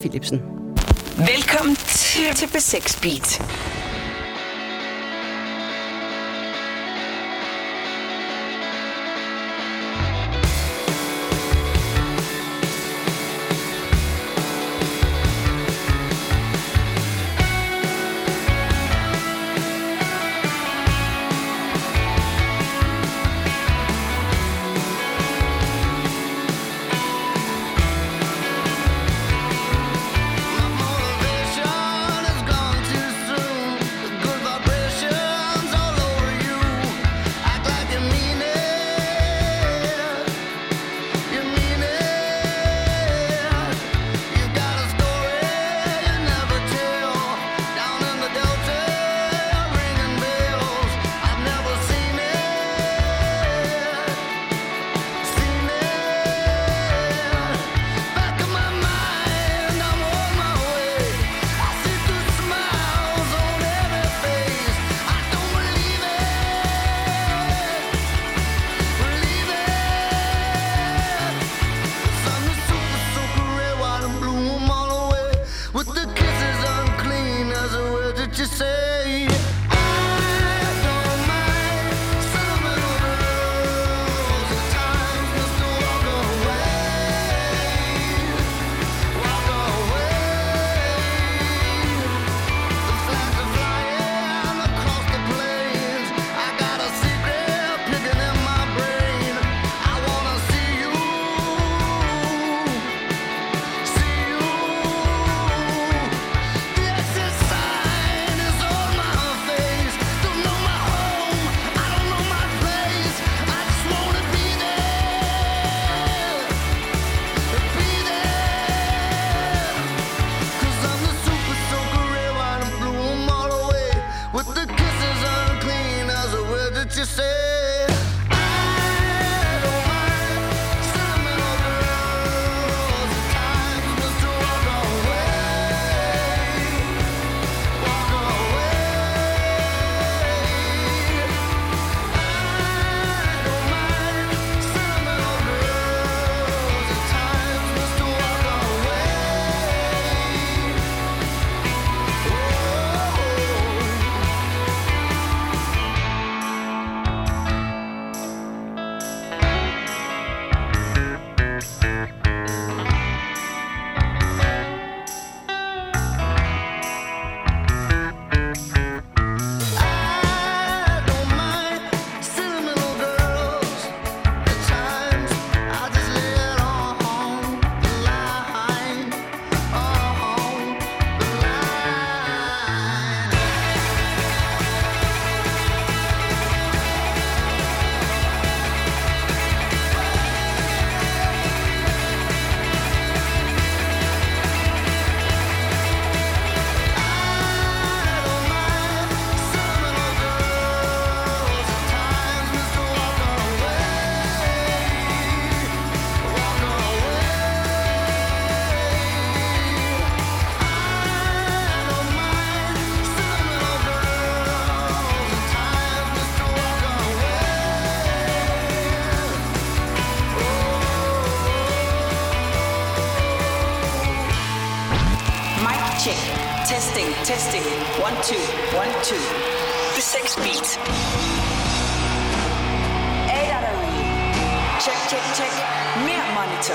Philipsen. Velkommen til B6 Beat. Testing. 1, 2, 1, 2. B6 Beat. Hey, der derude. Check. Mere monitor.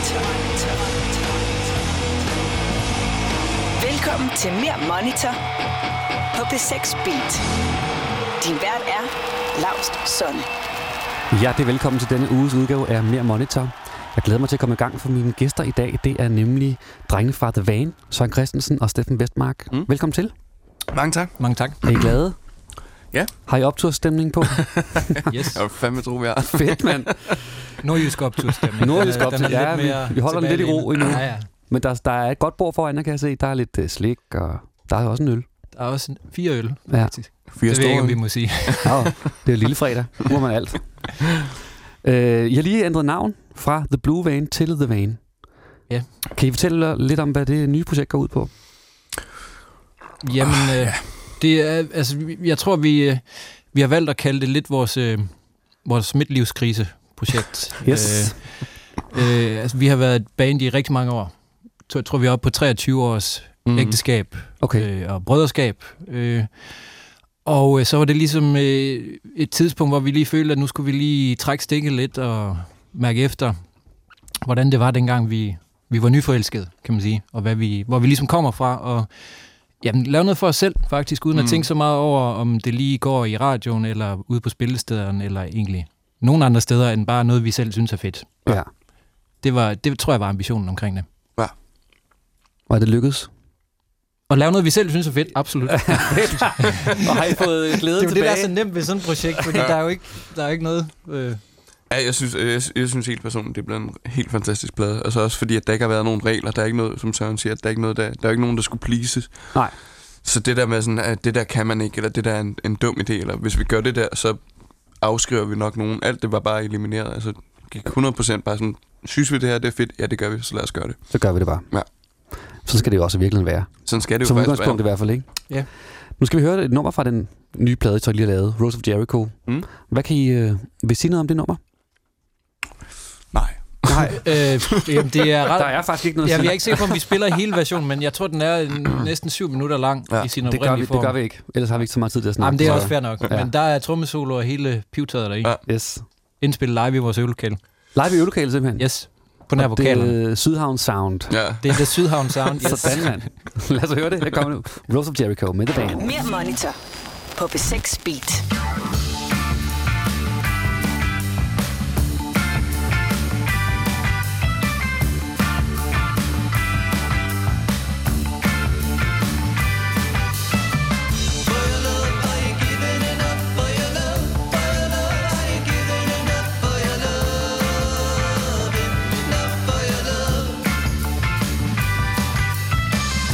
Velkommen til Mere Monitor på B6 Beat. Din vært er Laust Sonne. Hjertelig velkommen til denne uges udgave af Mere Monitor. Jeg glæder mig til at komme i gang for mine gæster i dag. Det er nemlig drengene fra The Van, Søren Christensen og Steffen Vestmark. Velkommen til. Mange tak. Er I glade? Ja. Har I optursstemning på? Yes. Jeg fandme tro, vi er. Fedt, mand. Nordjysk optursstemning. Ja, vi holder den lidt i ro endnu. Ja. Men der er et godt bord foran, kan jeg se. Der er lidt slik, og der er også en øl. Der er også 4 øl, ja. Faktisk. 4 det ved jeg ikke, om vi må sige. Ja, det er lille fredag. Nu man alt. Jeg har lige ændret navn fra The Blue Van til The Van. Ja. Kan I fortælle lidt om, hvad det nye projekt går ud på? Jamen, det er, altså, jeg tror, vi har valgt at kalde det lidt vores midtlivskrise-projekt. Yes. Altså, vi har været et band i rigtig mange år. jeg tror, vi er oppe på 23 års ægteskab og brødreskab. Og så var det ligesom et tidspunkt, hvor vi lige følte, at nu skulle vi lige trække stikket lidt og mærke efter, hvordan det var dengang, vi var nyforelskede, kan man sige, og hvor vi ligesom kommer fra, og lave noget for os selv, faktisk, uden at tænke så meget over, om det lige går i radioen, eller ude på spillestederne, eller egentlig nogen andre steder, end bare noget, vi selv synes er fedt. Ja. Det tror jeg var ambitionen omkring det. Ja. Og er det lykkedes? At lave noget, vi selv synes er fedt, absolut. Og har I fået glæde tilbage? Det er jo det, der er så nemt ved sådan et projekt, fordi der er jo ikke noget... Ja, jeg synes helt personligt, det bliver en helt fantastisk plade. Altså også fordi, at der ikke har været nogen regler. Der er ikke noget, som Søren siger, at der er ikke noget, der er ikke nogen, der skulle pleases. Nej. Så det der med sådan, at det der kan man ikke, eller det der er en dum idé, eller hvis vi gør det der, så afskriver vi nok nogen. Alt det var bare elimineret. Altså 100% bare sådan, synes vi det her, det er fedt? Ja, det gør vi, så lad os gøre det. Så gør vi det bare. Ja. Så skal det jo også virkelig være. Sådan skal det jo som faktisk udgangspunkt i hvert fald, ikke? Ja. Nu skal vi høre et nummer fra den nye plade, jeg lige har lavet, Rose of Jericho. Hvad kan I vil sige noget om det nummer? Nej. Jamen, det er ret... Der er faktisk ikke noget. Jeg er ikke sikker på, om vi spiller hele versionen, men jeg tror, den er næsten 7 minutter lang i sin oprindelige form. Det gør vi ikke. Ellers har vi ikke så meget tid til at snakke. Jamen, det er også fair nok. Ja. Men der er trommesolo og hele pivtaget deri. Ja. Yes. Indspillet live i vores øvelokale. Live i øvelokale simpelthen? Yes. På nær vokalen. Det er Sydhavn Sound. Ja. Det er det Sydhavn Sound, yes. Sådan, mand. Lad os høre det. Her kommer nu. Rose of Jericho med The Band. Mere Monitor på B6 Beat.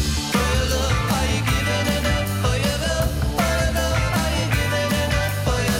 For your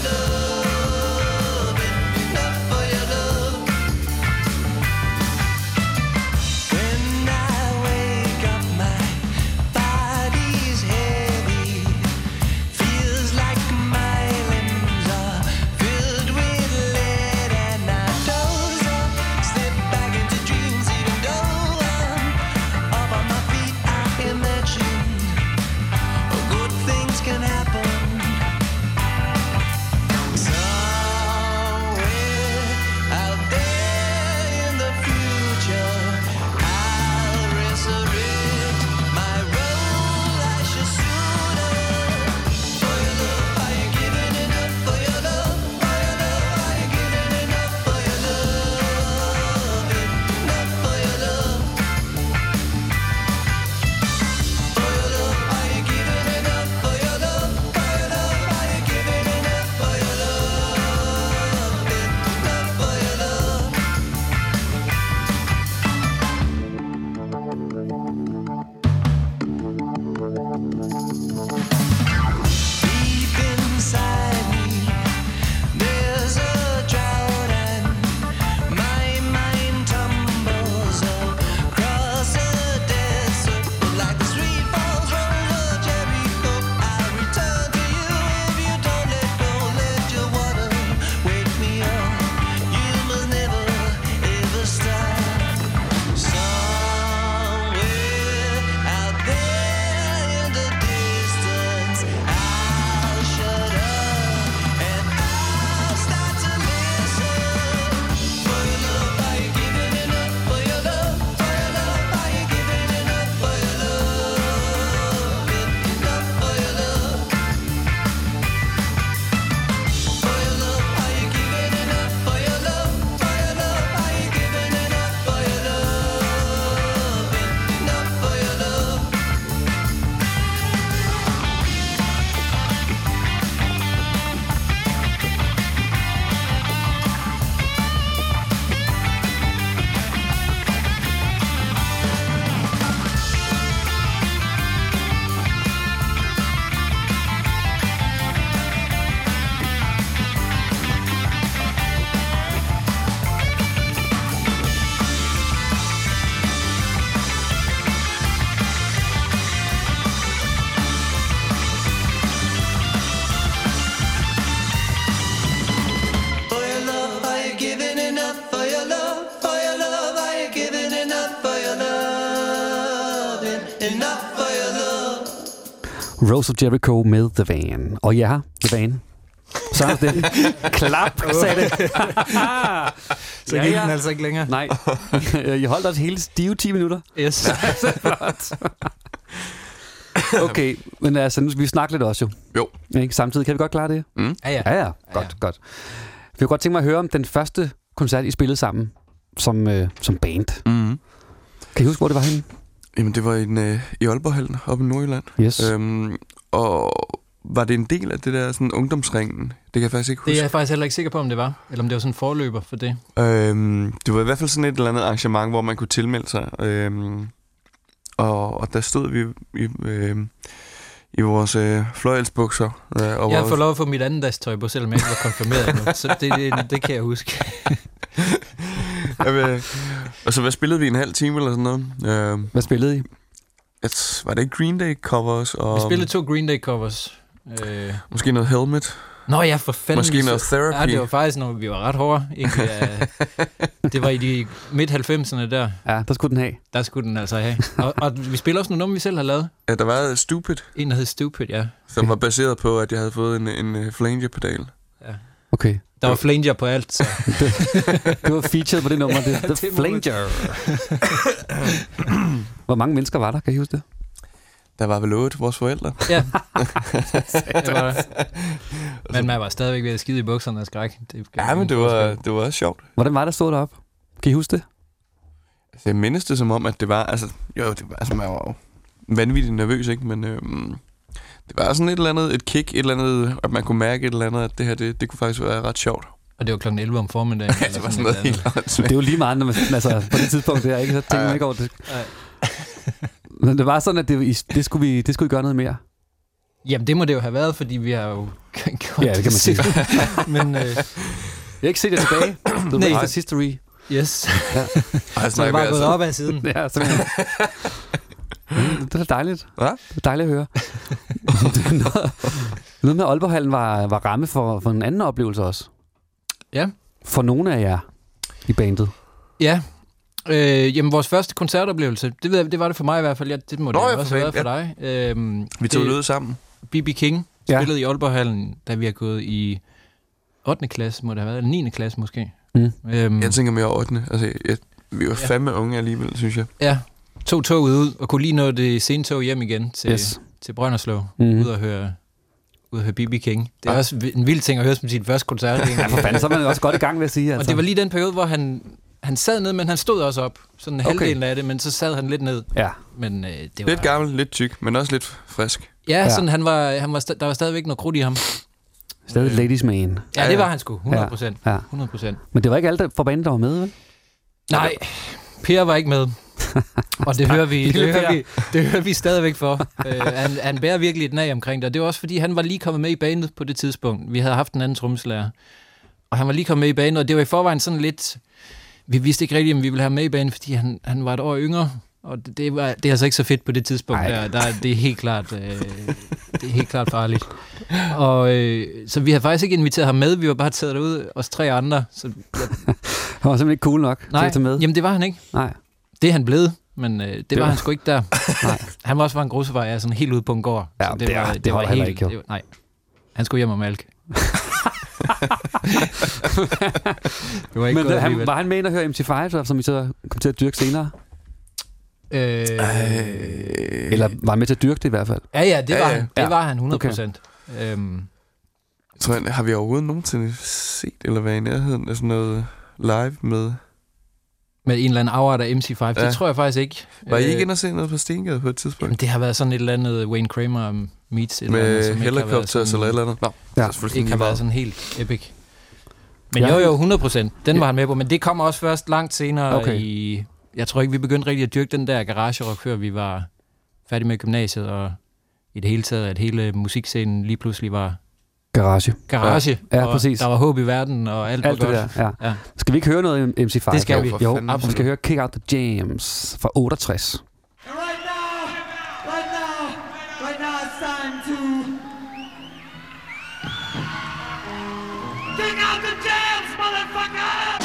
enough for your love. Rose of Jericho med The Van. Og ja, The Van. Så er det. Klap, sagde det. Så gik den altså ikke længere. Nej. Jeg holdt også hele stive 10 minutter. Yes. Okay, men altså, nu skal vi snakke lidt også jo. Jo. Ikke? Samtidig kan vi godt klare det? Mm. Ja. Godt. Vi kunne godt tænke mig at høre om den første koncert, I spillede sammen som band. Mm. Kan I huske, hvor det var henne? Jamen, det var i Aalborghallen oppe i Nordjylland. Yes. Og var det en del af det der sådan ungdomsringen? Det kan jeg faktisk ikke huske. Det er jeg faktisk heller ikke sikker på, om det var. Eller om det var sådan en forløber for det. Det var i hvert fald sådan et eller andet arrangement, hvor man kunne tilmelde sig. Og der stod vi i vores fløjelsbukser. Og jeg har fået lov at få mit anden dagstøj på, selvom jeg ikke var konfirmeret endnu. Så det kan jeg huske. Og så hvad spillede vi, en halv time eller sådan noget? Hvad spillede I? Var det ikke Green Day covers? Og vi spillede 2 Green Day covers. Måske noget Helmet. Nå ja, for fanden. Måske noget Therapy. Ja, det var faktisk noget, vi var ret hårde. Det var i de midt-90'erne der. Ja, der skulle den have. Der skulle den altså have. Og vi spiller også nogle numre, vi selv har lavet. Ja, der var Stupid. En, der hed Stupid, ja. Som var baseret på, at jeg havde fået en flanger-pedal. Ja. Okay. Der var flanger på alt, så. Det var featured på det nummer, det. The Flanger. Hvor mange mennesker var der, kan I huske det? Der var vel 8, vores forældre. Ja. Det var det. Men man var stadigvæk ved at skide i bukserne af skræk. Ja, men det var også sjovt. Hvordan var der stod deroppe? Kan I huske det? Altså, jeg mindes det som om, at det var... Altså, man var jo vanvittigt nervøs, ikke? Men det var sådan et eller andet, et kick, et eller andet, at man kunne mærke et eller andet, at det her, det kunne faktisk være ret sjovt. Og det var klokken 11 om formiddagen. Ja, det var sådan noget helt det er jo lige meget, når man, altså, på det tidspunkt der, ikke? Så tænker man ikke over det. Men det var sådan, at det skulle I gøre noget mere. Jamen, det må det jo have været, fordi vi har jo gjort ja, det kan man sige. Men jeg har ikke set det tilbage. Du nej. Det history. Yes. Ja. Så jeg bare gået op af siden. Ja, simpelthen. Det er dejligt. Hvad? Det er dejligt at høre. Noget med Aalborghallen var ramme for en anden oplevelse også. Ja. For nogle af jer i bandet. Ja. Jamen, vores første koncertoplevelse, det var det for mig i hvert fald. Ja, det må det også have været for dig. Vi tog det ud sammen. B.B. King spillede i Aalborghallen, da vi har gået i 8. klasse, må det have været, eller 9. klasse måske. Jeg tænker mere 8. Altså, vi var fandme unge alligevel, synes jeg. Ja, tog toget ud, og kunne lige nå det sene tog hjem igen til Brønderslev, ud og høre B.B. King. Det er også en vild ting at høre som sin første koncert. Ja, for fanden, så er man også godt i gang, vil jeg sige. Altså. Og det var lige den periode, hvor han sad ned, men han stod også op. Sådan halvdelen af det, men så sad han lidt ned. Ja. Men, det var lidt gammel, lidt tyk, men også lidt frisk. Ja, sådan, der var stadigvæk noget krudt i ham. Stadig ladies man. Ja, det var han sgu. 100%. Ja. 100%. Men det var ikke alle fra banen, der var med, vel? Nej, Per var ikke med. Og det hører vi stadigvæk for. Han bærer virkelig et nag omkring det. Og det var også, fordi han var lige kommet med i bandet på det tidspunkt. Vi havde haft en anden trommeslager. Og han var lige kommet med i bandet, og det var i forvejen sådan lidt... Vi vidste ikke rigtigt, om vi ville have med i banen, fordi han var et år yngre. Og det er altså ikke så fedt på det tidspunkt. Det er helt klart farligt. Og så vi havde faktisk ikke inviteret ham med. Vi var bare taget derud, os 3 andre. Så, han var simpelthen ikke cool nok til at tage med. Jamen det var han ikke. Nej. Det er han blevet, men det var han sgu ikke der. Nej. Han var også en grusevej, sådan helt ude på en gård. Ja, det var helt ikke. Nej, han skulle hjem og malke. Det var ikke godt, var han med ind og høre MC5, som I så kom til at dyrke senere? Eller var han med til at dyrke det i hvert fald? Ja, det var han. Det var han 100%. Okay. Så har vi overhovedet nogensinde set, eller været i nærheden af sådan noget live med en eller anden afart af MC5? Ja. Det tror jeg faktisk ikke. Var I ikke inde og se noget på Stengade på et tidspunkt? Jamen, det har været sådan et eller andet Wayne Kramer meets. Med Helicopters eller et eller andet? Nå, ikke har været sådan helt epic. Men jo, 100%. Den var han med på, men det kommer også først langt senere i... Jeg tror ikke, vi begyndte rigtig at dyrke den der garage-rock, før vi var færdige med gymnasiet, og i det hele taget, at hele musikscenen lige pludselig var... Garage. Ja, præcis. Der var håb i verden, og alt var godt. Det der, ja. Skal vi ikke høre noget MC5? Det skal vi. Jo, absolut. Vi skal høre Kick Out The Jams fra 68. Right now it's time to kick out the jams, motherfucker!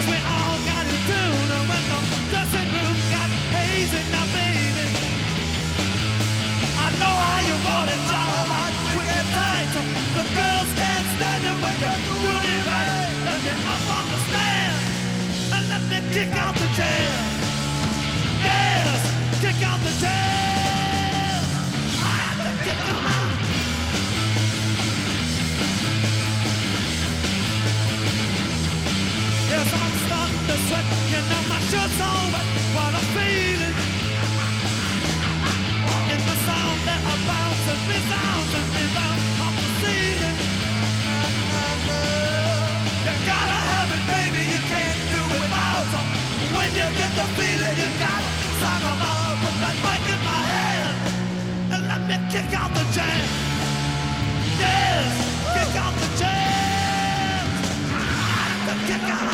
we all got to do. No when the dressing room got hazy now, baby. I know how you want it, child. We get tight. The girls can't stand it when you're doing it right. Let me up on the stand and let me kick out the chair. Yes, kick out the chair. I have to kick them out. Yes, I'm starting to sweat. You know my shirt's on, but what I'm feeling in the sound that I bounce and resounds and rebounds off the ceiling. You gotta have it, baby. You can't do it without. When you get the feeling, you gotta song them out. Put that mic in my hand and let me kick out the jam. Yes, kick out the jam. I have to kick out.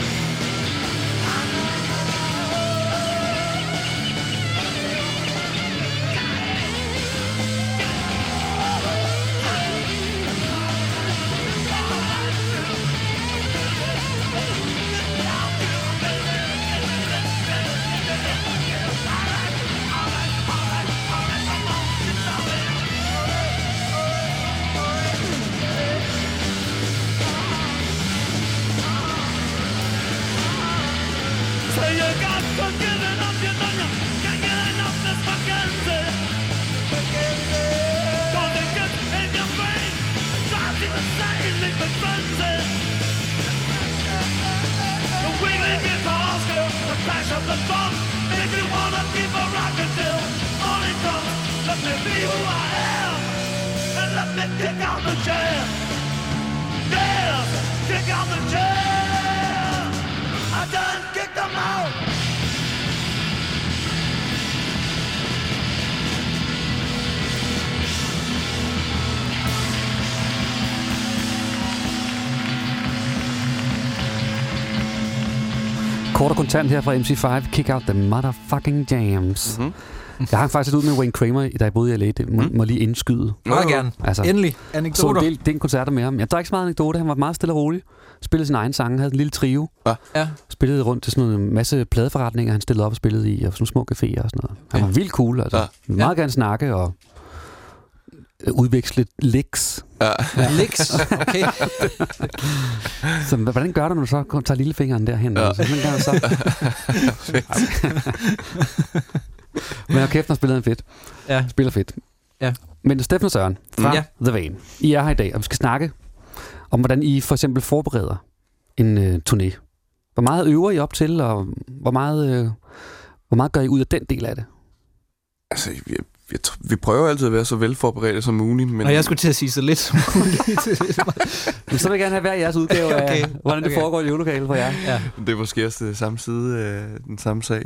Kort og kontant her fra MC5. Kick out the motherfucking jams. Mm-hmm. Jeg hang faktisk ud med Wayne Kramer, da jeg boede i LA. Det må lige indskyde. Meget gerne. Altså, endelig. Anekdoter. Så det en koncerter med ham. Jeg drak ikke så meget anekdoter. Han var meget stille og rolig. Spillede sin egen sang. Havde en lille trio. Ja. Spillede rundt til sådan en masse pladeforretninger, han stillede op og spillede i. Og sådan små caféer og sådan noget. Han var vildt cool. Altså. Meget gerne snakke og udveksle licks. Ja. Licks? Okay. Så hvordan gør du, når du så tager lillefingeren derhen? Ja. Altså, gør du så? Men kæft, når spiller han fedt. Ja. Spiller fedt. Ja. Men Steffen og Søren fra The Vane. I er her i dag, og vi skal snakke om, hvordan I for eksempel forbereder en turné. Hvor meget øver I op til, og hvor meget gør I ud af den del af det? Altså, vi prøver altid at være så velforberedte som muligt. Men og jeg skulle til at sige så lidt som muligt. Men så vil jeg gerne have hver jeres udgave af, hvordan det foregår i øvelokalet for jer. Ja. Det er måske også det samme side, den samme sag.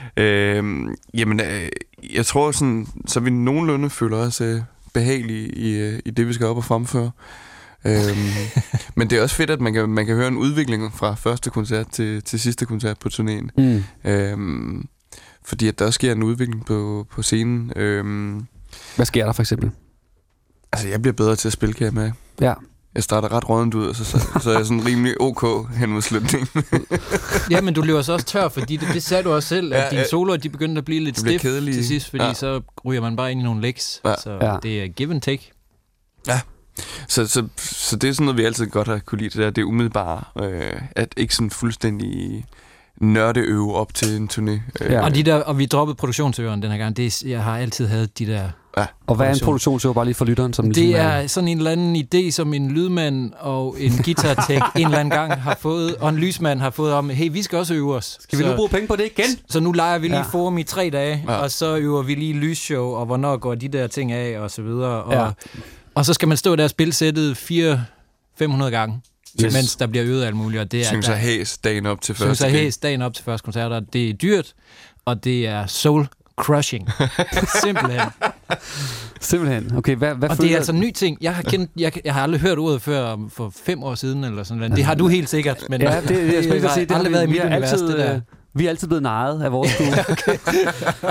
Jeg tror, så vi nogenlunde føler os behagelige i det, vi skal op og fremføre. Men det er også fedt, at man kan høre en udvikling fra første koncert til sidste koncert på turnéen. Fordi at der også sker en udvikling på scenen. Hvad sker der for eksempel? Altså, jeg bliver bedre til at spille, kan jeg med. Ja. Jeg starter ret rådent ud, og så er jeg sådan rimelig ok hen mod slutningen. Ja, men du løber så også tør, fordi det sagde du også selv, at dine soloer, de begyndte at blive lidt stiff til sidst, fordi så ryger man bare ind i nogle licks. Ja. Så det er give and take. Ja. Så det er sådan noget, vi altid godt har kunne lide, det er umiddelbare, at ikke sådan fuldstændig nørdeøve op til en turné. Og vi droppede produktionsøveren den her gang. Jeg har altid havde de der. Ja. Og hvad er en produktionsøver bare lige for lytteren? Som det er sådan en eller anden idé, som en lydmand og en guitar-tech en eller anden gang har fået, og en lysmand har fået om, hey, vi skal også øve os. Skal vi nu bruge penge på det igen? Så nu leger vi lige forum i 3 dage, og så øver vi lige lysshow, og hvornår går de der ting af, og så videre. Og så skal man stå der og spille sættet 400-500 gange. Yes. Mens der bliver øvet alt muligt, og det er synes jeg hæs dagen op til første koncert, og det er dyrt, og det er soul crushing. Simpelthen. Okay, hvad og det er altså en ny ting. Jeg har aldrig hørt ordet før for 5 år siden eller sådan noget. Det har du helt sikkert, men ja, det har aldrig været i mit univers, det der. Vi er altid blevet narret af vores skue.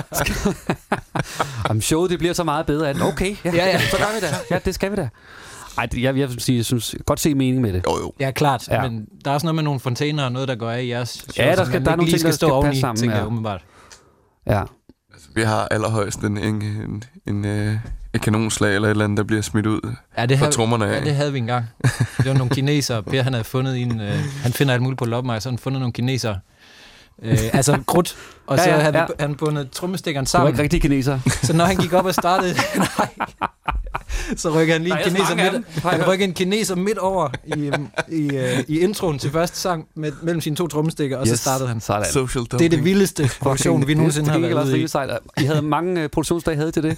Jamen, showet det bliver så meget bedre, at okay, så gør vi det. Ja, det skal vi da. Jeg synes godt se mening med det. Jo. Ja, klart. Ja. Men der er også noget med nogle fontæner og noget, der går af i jeres show. Ja, der er nogle ting, der skal passe sammen. Tænker jeg umiddelbart. Ja. Altså, vi har allerhøjst en kanonslag eller et eller andet, der bliver smidt ud fra trommerne af. Ja, det havde vi engang. Det var nogle kinesere. Per, han havde fundet han finder alt muligt på loppemarked, så han fundet nogle kinesere. Altså krudt. Og så havde han bundet trommestikkeren sammen. Det var ikke rigtig kineser. Så når han gik op og startede... så rykker han lige en kineser midt over i introen til første sang mellem sine 2 trommestikker, og så startede han. Det er det vildeste produktion, vi nogensinde har været ude i. I havde mange produktionsdage havde til det.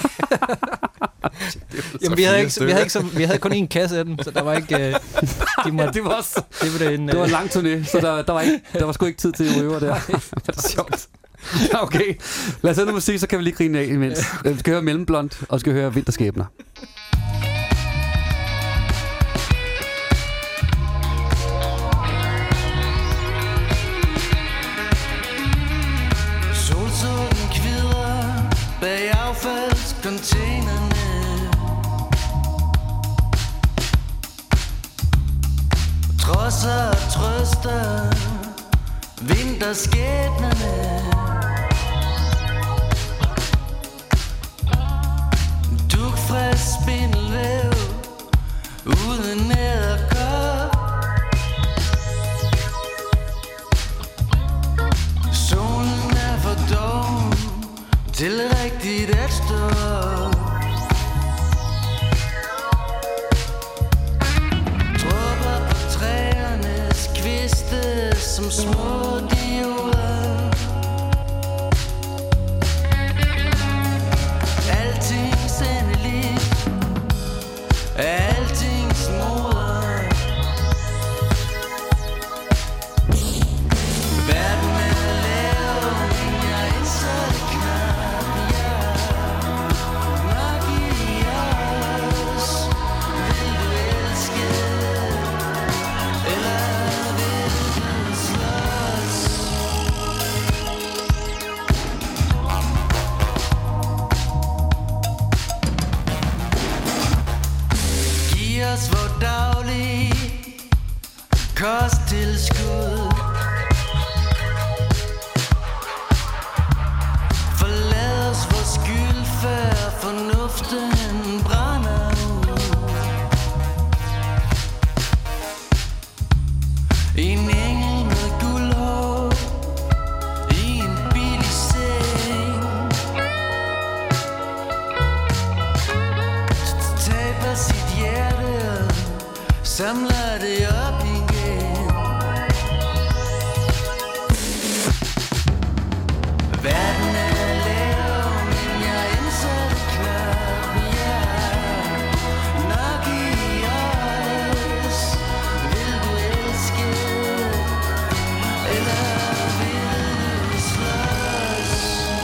Jamen, vi havde kun én kasse af den, så der var ikke... det var en lang turné, så der var sgu ikke tid til at øve der. Det er sjovt. Okay, lad os høre noget musik, så kan vi lige grine af imens. Vi skal høre Mellemblond, og skal høre Vinterskæbner. Solsorten kvider bag affaldscontainerne. Trodser og trøster vinterskæbnerne. Dugfrisk spindelvæv uden edderkop. Solen er for doven til rigtigt at stå op. Dråber på træernes kviste som små dioder. Altings endeligt er altings moder. Verden er lav, men jeg indser det knap. Nok i os. Vil du elske, eller vil du slås? Giv os vor daglige kosttilskud. Forlad os vor skyld, før fornuften brænder ud. En engel med guldhår i en billig seng. Taber sit hjerte, samler det op igen. Verden er lav, men jeg indser det knap. Nok i os. Vil du elske, eller vil du slås?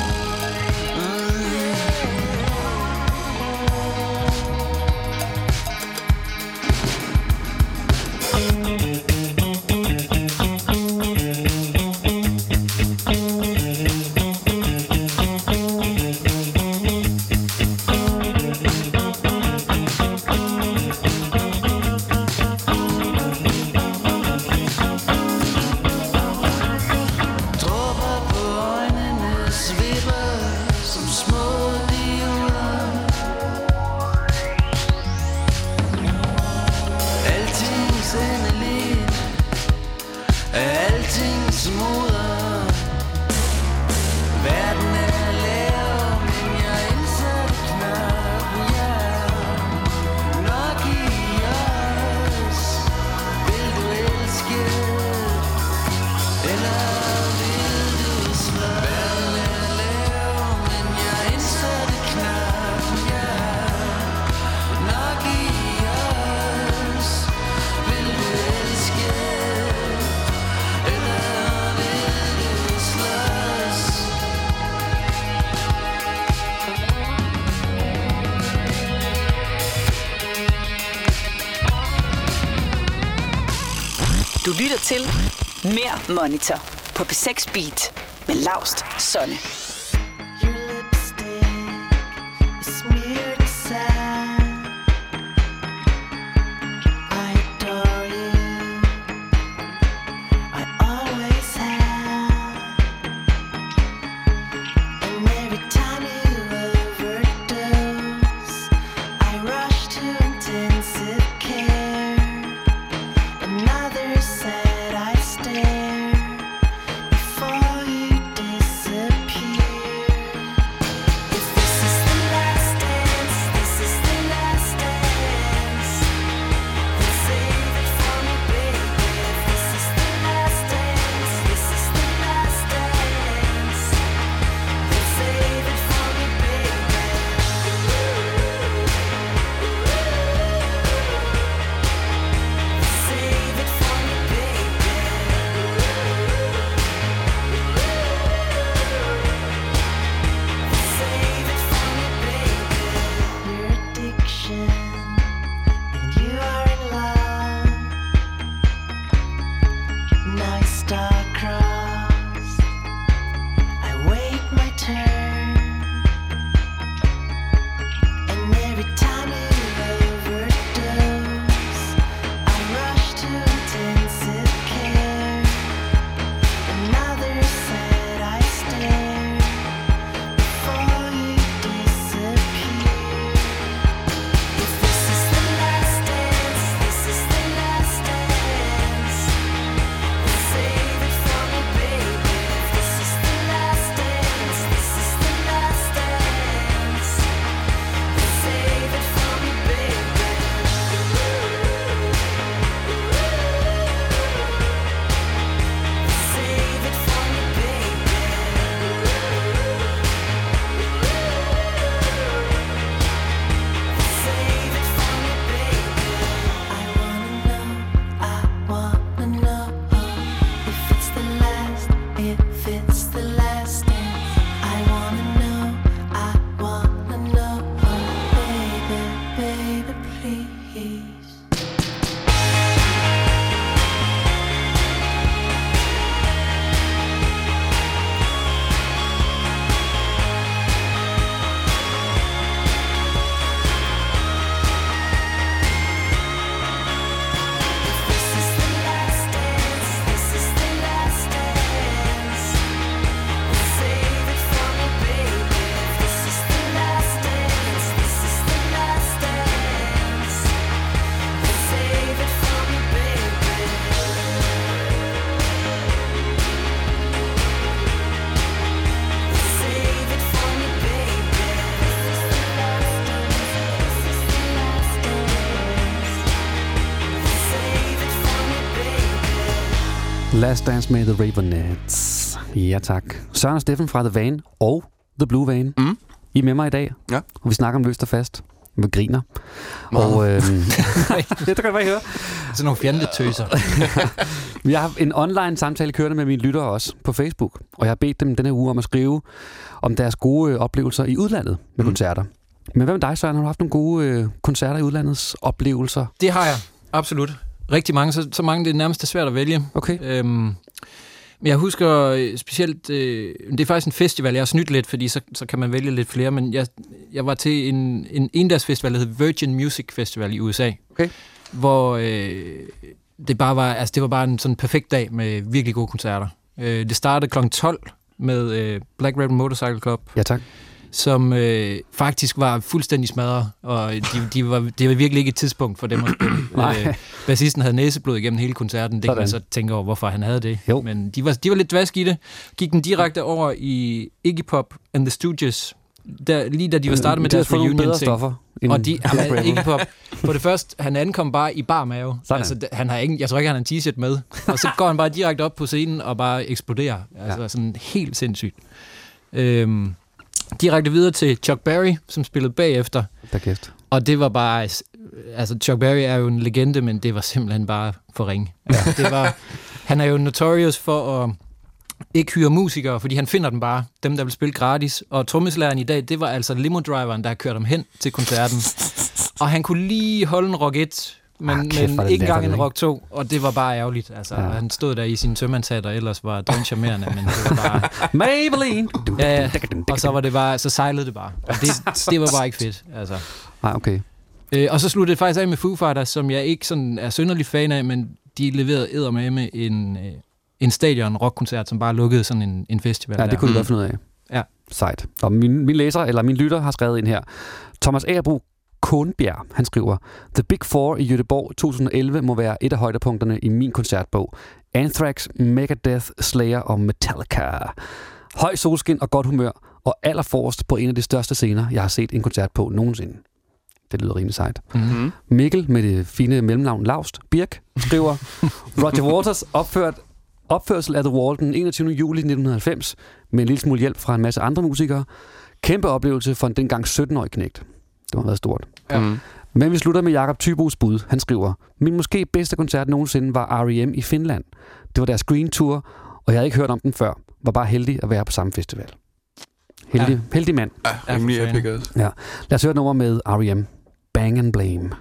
Dråber på øjnene svipper som små dioder. Altings endeligt er altings moder. Verden er lav, men jeg indser det knap. Nok i os. Vil du elske, eller vil du slås? Verden er lav, men jeg indser det knap. Nok i os. Vil du elske, eller vil du slås? Du lytter til Mere Monitor på P6 Beat med Laust Sonne. Your lipstick is smeared sand. star-crossed. I wait my turn, and every time you overdose, I rush to intensive care. Another said I stare before you disappear. If this is the last dance, this is the last dance. Save it for me, baby. If this is the last dance, this is the last dance. Save it for me, baby. Save it for me, baby. Save it for me, baby. I wanna know if it's the last, if it's the last dance. I wanna know, baby, baby, please. This is the last dance, this is the last dance. Save it for me, baby. This is the last dance, this is the last dance. Save it for me, baby. Save it for me, baby. This is the last dance, this is the last dance. Save it for me, baby. Last Dance med The Raveonettes. Ja, tak. Søren og Steffen fra The Van og The Blue Van. I er med mig i dag, Ja. og vi snakker om løst og fast. Vi griner. Og det kan du bare høre. Sådan nogle fjantetøser. Vi har en online samtale kørende med mine lyttere også på Facebook, og jeg har bedt dem denne her uge om at skrive om deres gode oplevelser i udlandet med koncerter. Men hvad med dig, Søren? Har du haft nogle gode koncerter i udlandets oplevelser? Det har jeg, absolut. Rigtig mange, så mange det er nærmest svært at vælge. Okay. Men jeg husker specielt, det er faktisk en festival, jeg har snydt lidt, fordi så kan man vælge lidt flere, men jeg var til en endagsfestival, der hed Virgin Music Festival i USA, Okay. hvor det var bare en sådan perfekt dag med virkelig gode koncerter. Det startede kl. 12 med Black Rebel Motorcycle Club, Ja, tak. som faktisk var fuldstændig smadret, og det var virkelig ikke et tidspunkt for dem at spille. Bassisten havde næseblod igennem hele koncerten, det kan man så tænke over, hvorfor han havde det. Jo. Men de var lidt dvaske i det. Gik den direkte over i Iggy Pop and the Stooges, lige da de var startet med deres reunion-ting. Og Iggy Pop, for det første, han ankom bare i bar mave. Altså, han har jeg tror ikke, han har en t-shirt med. Og så går han bare direkte op på scenen og bare eksploderer. Altså sådan helt sindssygt. Direkte videre til Chuck Berry, som spillede bagefter. Og det var bare... Altså, Chuck Berry er jo en legende, men det var simpelthen bare for ringe. Ja. Han er jo notorious for at ikke hyre musikere, fordi han finder dem bare, dem der vil spille gratis. Og trommeslageren i dag, det var altså limo-driveren, der kørte dem hen til koncerten. Og han kunne lige holde en rock 1, men ikke engang en rock 2, og det var bare ærgerligt. Altså, han stod der i sin tømmermandshat, og ellers var det charmerende, men det var bare... Maybelline! Ja, og så var det bare, så sejlede det bare. Og det var bare ikke fedt, altså. Nej, okay. Og så sluttede det faktisk af med Foo Fighters, som jeg ikke sådan er synderlig fan af, men de leverede eddermame en stadion rockkoncert, som bare lukkede sådan en festival. Ja, det kunne du godt finde ud af. Ja. Sejt. Og min læser, eller min lytter, har skrevet ind her. Thomas Agerbro Kornbjerg, han skriver, The Big Four i Göteborg 2011 må være et af højdepunkterne i min koncertbog. Anthrax, Megadeth, Slayer og Metallica. Høj solskin og godt humør, og allerforrest på en af de største scener, jeg har set en koncert på nogensinde. Det lyder rimelig sejt. Mm-hmm. Mikkel med det fine mellemnavn Laust Birk skriver, Roger Waters opførsel af The Wall den 21. juli 1990 med en lille smule hjælp fra en masse andre musikere. Kæmpe oplevelse for en dengang 17-årig knægt. Det har været stort. Ja. Men vi slutter med Jakob Tybos bud. Han skriver, min måske bedste koncert nogensinde var R.E.M. i Finland. Det var deres Green Tour, og jeg havde ikke hørt om den før. Var bare heldig at være på samme festival. Heldig mand. Ja, rimelig epic også. Ja. Lad os høre et nummer med R.E.M. Bang and Blame.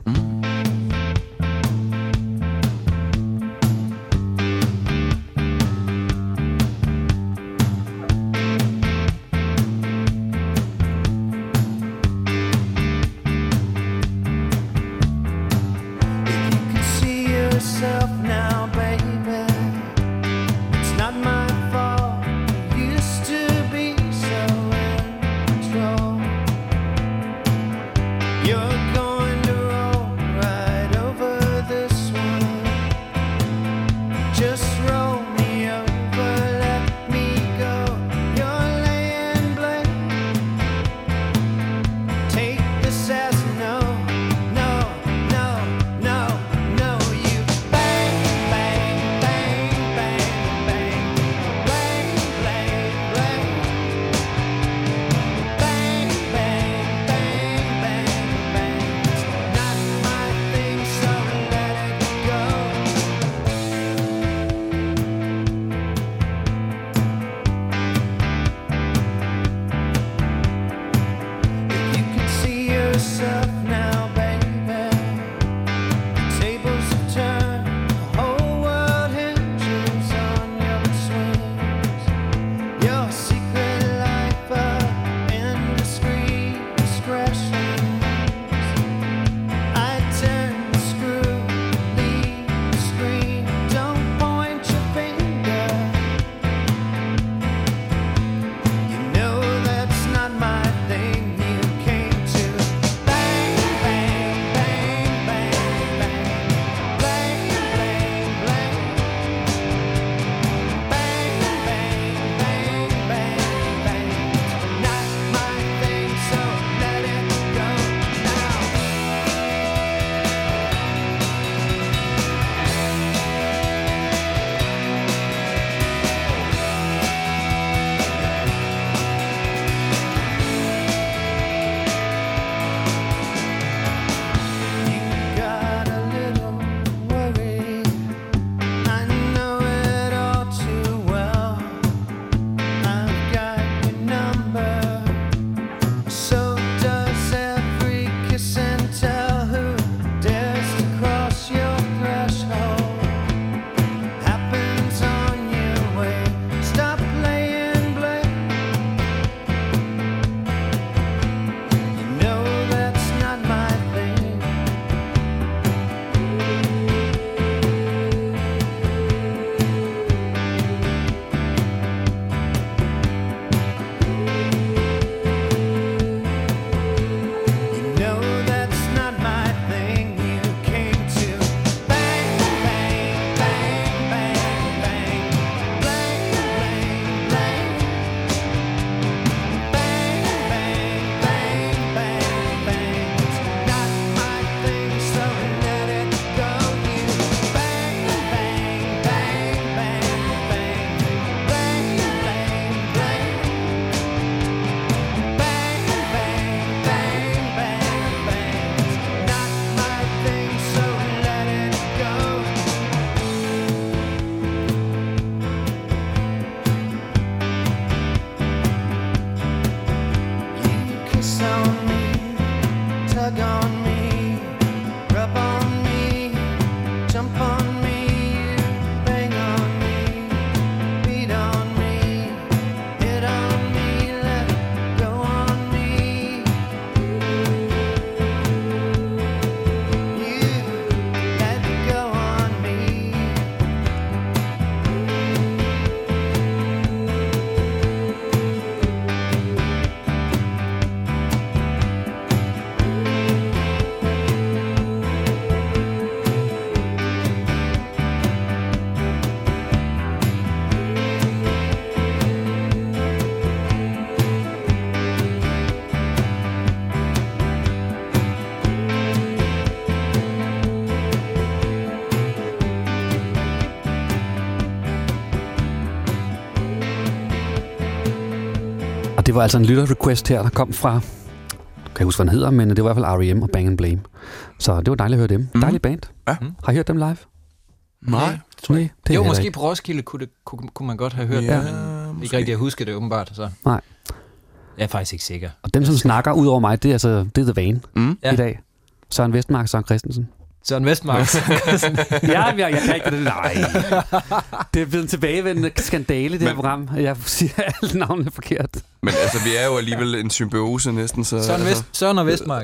Det var altså en lytter-request her, der kom fra... Jeg kan ikke huske, hvad den hedder, men det var i hvert fald R.E.M. og Bang & Blame. Så det var dejligt at høre dem. Dejlig band. Ja. Har I hørt dem live? Nej. Nej, det jo, måske ikke. på Roskilde kunne man godt have hørt det, men ikke rigtig at huske det åbenbart. Så. Nej. Jeg er faktisk ikke sikker. Og dem, som snakker ud over mig, det er The Vane i dag. Søren Vestmark og Søren Christensen. Søren Vestmark. jeg kan ikke det. Nej. Det er blevet en tilbagevendende skandale, det her program. Jeg siger alle navnene forkert. Men altså, vi er jo alligevel en symbiose næsten. Så, Søren og Vestmark.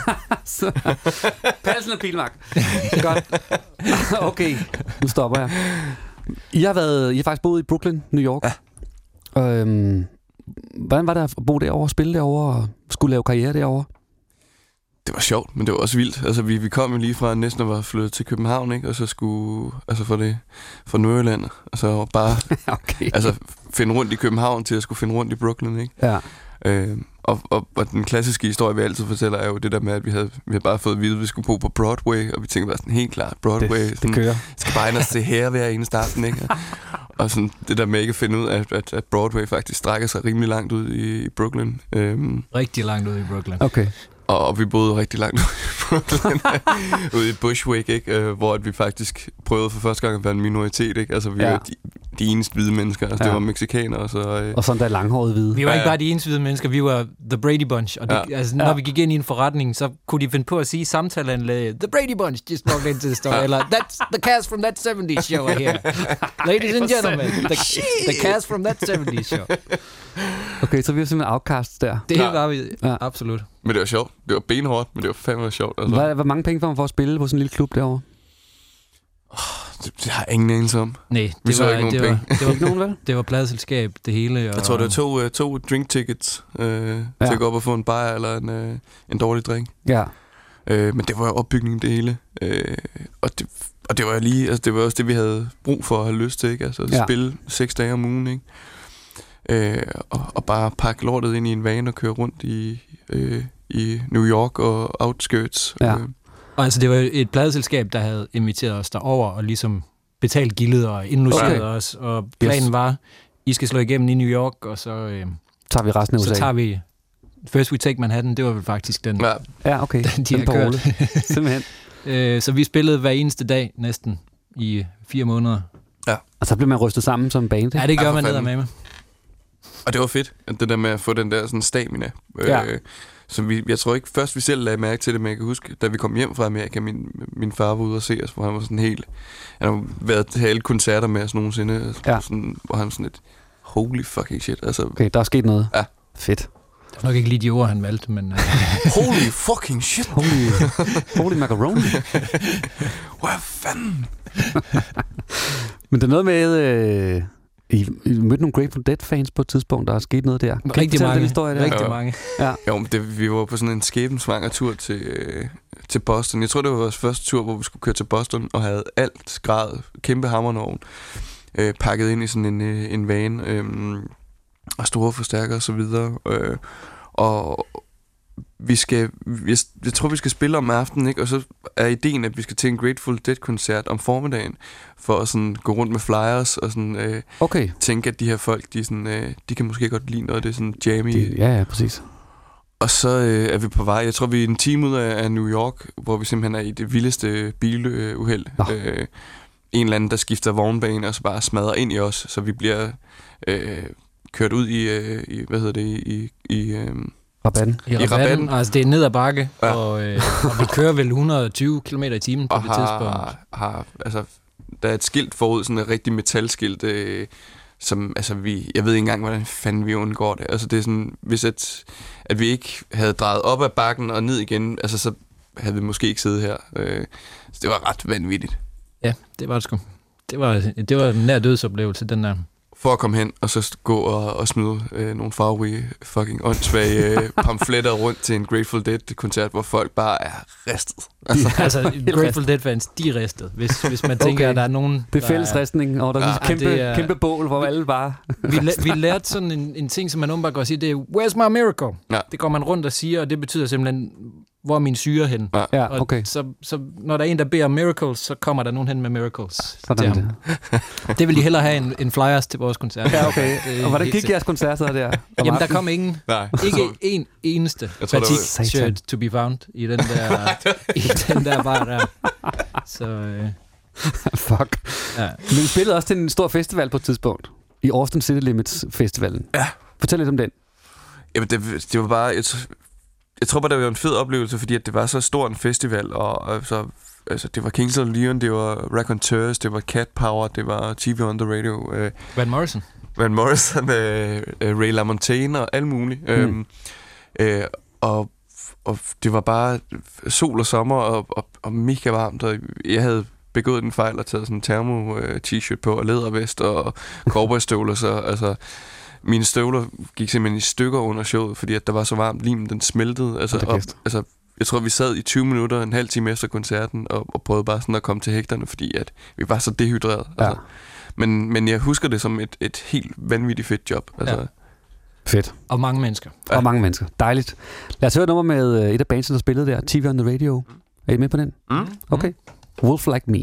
Palsen og Pilmark. Godt. Okay, nu stopper jeg. I har faktisk boet i Brooklyn, New York. Ja. Hvordan var det at bo derovre, spille derovre og skulle lave karriere derovre? Det var sjovt, men det var også vildt. Altså, vi kom jo lige fra næsten at være flyttet til København, ikke? Og så skulle, altså fra Nordjylland, og så bare altså, finde rundt i København til at skulle finde rundt i Brooklyn, ikke? Ja. Og den klassiske historie, vi altid fortæller, er jo det der med, at vi havde bare fået at vide, at vi skulle bo på Broadway, og vi tænkte bare sådan helt klart, Broadway, det kører. Skal bare ind og se her hver eneste aften, ikke? Og sådan det der med ikke at finde ud af, at Broadway faktisk strækker sig rimelig langt ud i Brooklyn. Rigtig langt ud i Brooklyn. Okay. Og vi boede rigtig langt ude i Brooklyn, ude i Bushwick, ikke? Hvor at vi faktisk prøvede for første gang at være en minoritet, ikke? Altså, vi var de eneste hvide mennesker. Altså, det var mexikanere. Og sådan der langhårede hvide. Vi var ikke bare de eneste hvide mennesker, vi var The Brady Bunch. Og det, altså, når vi gik ind i en forretning, så kunne de finde på at sige samtaleanlæg, The Brady Bunch just walked into the store. Eller, that's the cast from that 70's show here. Ladies and gentlemen, the cast from that 70's show. Okay, så vi var simpelthen outcasts der. Det var vi, absolut. Men det var sjovt. Det var benhårdt, men det var fandme sjovt. Altså. Hvor mange penge får man for at spille på sådan en lille klub derovre? Det har jeg ingen anelse om. Nej, det var ikke nogen, vel? Det var pladselskab, det hele. Og... Jeg tror, det var to drink tickets til at gå op og få en bajer eller en dårlig drink. Ja. Men det var jo opbygningen det hele. Og det var lige, altså det var også det, vi havde brug for at have lyst til, ikke? Altså at spille 6 dage om ugen, ikke? Og bare pakke lortet ind i en van og køre rundt i New York og outskirts. Ja. Og altså, det var et pladeselskab, der havde inviteret os derover og ligesom betalt gildet og indlogeret os. Og planen var, I skal slå igennem i New York, og så tager vi resten af USA. Så tager vi First We Take Manhattan. Det var vel faktisk den, okay. de har kørt. Simpelthen. Så vi spillede hver eneste dag næsten i 4 måneder. Ja. Og så blev man rystet sammen som band. Ja, det gør man ned med. Og det var fedt, det der med at få den der sådan stamina. Som jeg tror ikke først vi selv lagde mærke til det, men jeg kan huske, da vi kom hjem fra Amerika, min far var ude og se os, hvor han var sådan helt... Han har været til alle koncerter med os nogensinde, sådan, hvor han sådan et holy fucking shit. Altså, okay, der er sket noget. Ja. Fedt. Det var nok ikke lige de ord, han valgte, men... holy fucking shit! Holy macaroni! Hvad fanden? Men det er noget med... I mødte nogle Grateful Dead-fans på et tidspunkt, der er sket noget der. Rigtig mange. Rigtig mange. Ja. Jo, vi var på sådan en skæbensvanger tur til Boston. Jeg tror, det var vores første tur, hvor vi skulle køre til Boston, og havde alt skrædet, kæmpe hammernovn, pakket ind i sådan en van, og store forstærkere og så videre. Og jeg tror, vi skal spille om aftenen, ikke? Og så er ideen, at vi skal til en Grateful Dead-koncert om formiddagen, for at sådan gå rundt med flyers og sådan, tænke, at de her folk, de kan måske godt lide noget, det er sådan jammy. Ja, præcis. Og så er vi på vej. Jeg tror, vi er en time ud af New York, hvor vi simpelthen er i det vildeste biluheld. En eller anden, der skifter vognbane og så bare smadrer ind i os, så vi bliver kørt ud i hvad hedder det, i Rabatten. I rabatten. Altså, det er ned ad bakke, og vi kører vel 120 km i timen på det tidspunkt. Der er et skilt forud, sådan et rigtig metalskilt, som, altså, jeg ved ikke engang, hvordan fanden vi undgår det. Altså, det er sådan, hvis at vi ikke havde drejet op ad bakken og ned igen, altså, så havde vi måske ikke siddet her. Så det var ret vanvittigt. Ja, det var det sgu. Det var en nær dødsoplevelse, den der. For at komme hen, og så gå og smide nogle farverige fucking åndssvage pamfletter rundt til en Grateful Dead-koncert, hvor folk bare er ristet. Altså Grateful Dead-fans, de er ristet. Hvis man tænker, at der er nogen... Det er fællesristning, og der er kæmpe bål, hvor alle bare... vi lærte sådan en ting, som man åbenbart går og sige, det er, where's my miracle? Ja. Det går man rundt og siger, og det betyder simpelthen, hvor er min syre hen? Ja, okay. Så når der er en, der beder om miracles, så kommer der nogen hen med miracles til ham. Det vil de hellere have en flyers til vores koncert. Ja, okay. Og hvordan gik jeres koncert så der? Jamen, der kom ingen. Ikke en eneste batik-shirt to be found i den der bar der. Så... Fuck. Ja. Men vi spillede også til en stor festival på et tidspunkt. I Austin City Limits Festivalen. Ja. Fortæl lidt om den. Jamen, det var bare... Jeg tror bare, det var en fed oplevelse, fordi at det var så stor en festival, og så... Altså, det var Kings of Leon, det var Raconteurs, det var Cat Power, det var TV on the Radio. Van Morrison, Ray LaMontagne og alt muligt. Og det var bare sol og sommer og mega varmt, og jeg havde begået den fejl at tage sådan en termo-t-shirt på og lædervest og cowboystøvler, så altså mine støvler gik simpelthen i stykker under showet, fordi at der var så varmt, limen den smeltede. Altså, jeg tror, vi sad i 20 minutter, en halv time efter koncerten, og prøvede bare sådan at komme til hægterne, fordi at vi var så dehydreret. Ja. Altså. Men jeg husker det som et helt vanvittigt fedt job. Altså. Ja. Fedt. Og mange mennesker. Ja. Og mange mennesker. Dejligt. Lad os høre et nummer med et af bandsene, der spillede der, TV on the Radio. Er I med på den? Okay. Wolf Like Me.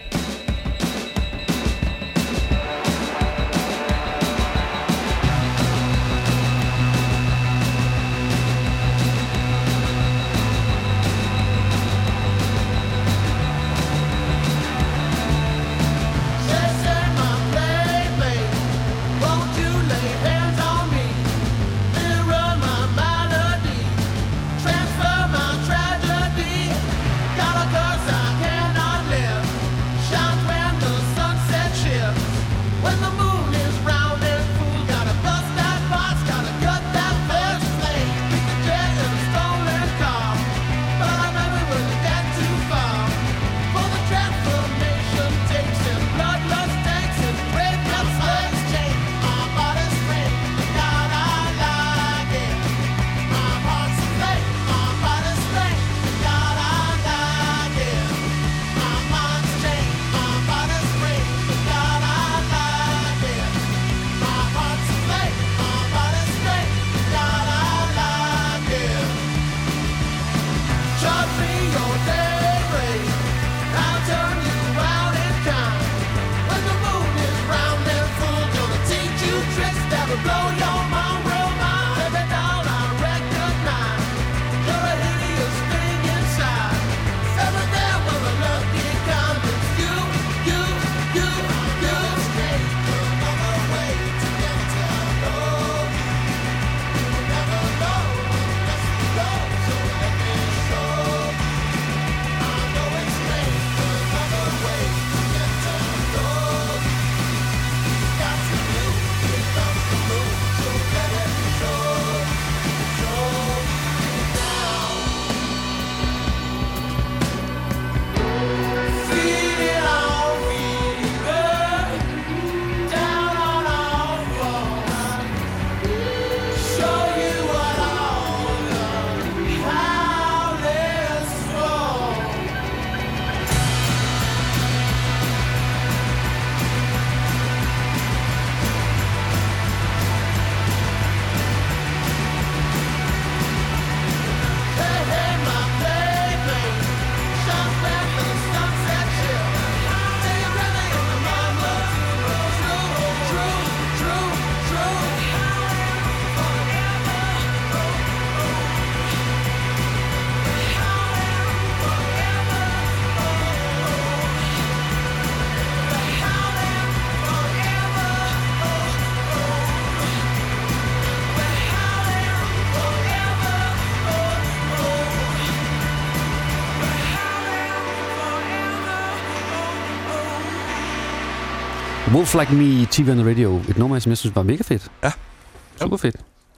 Wolf Like Me, TV on the Radio. Et nummer, som jeg synes var mega fedt. Ja. Super fedt.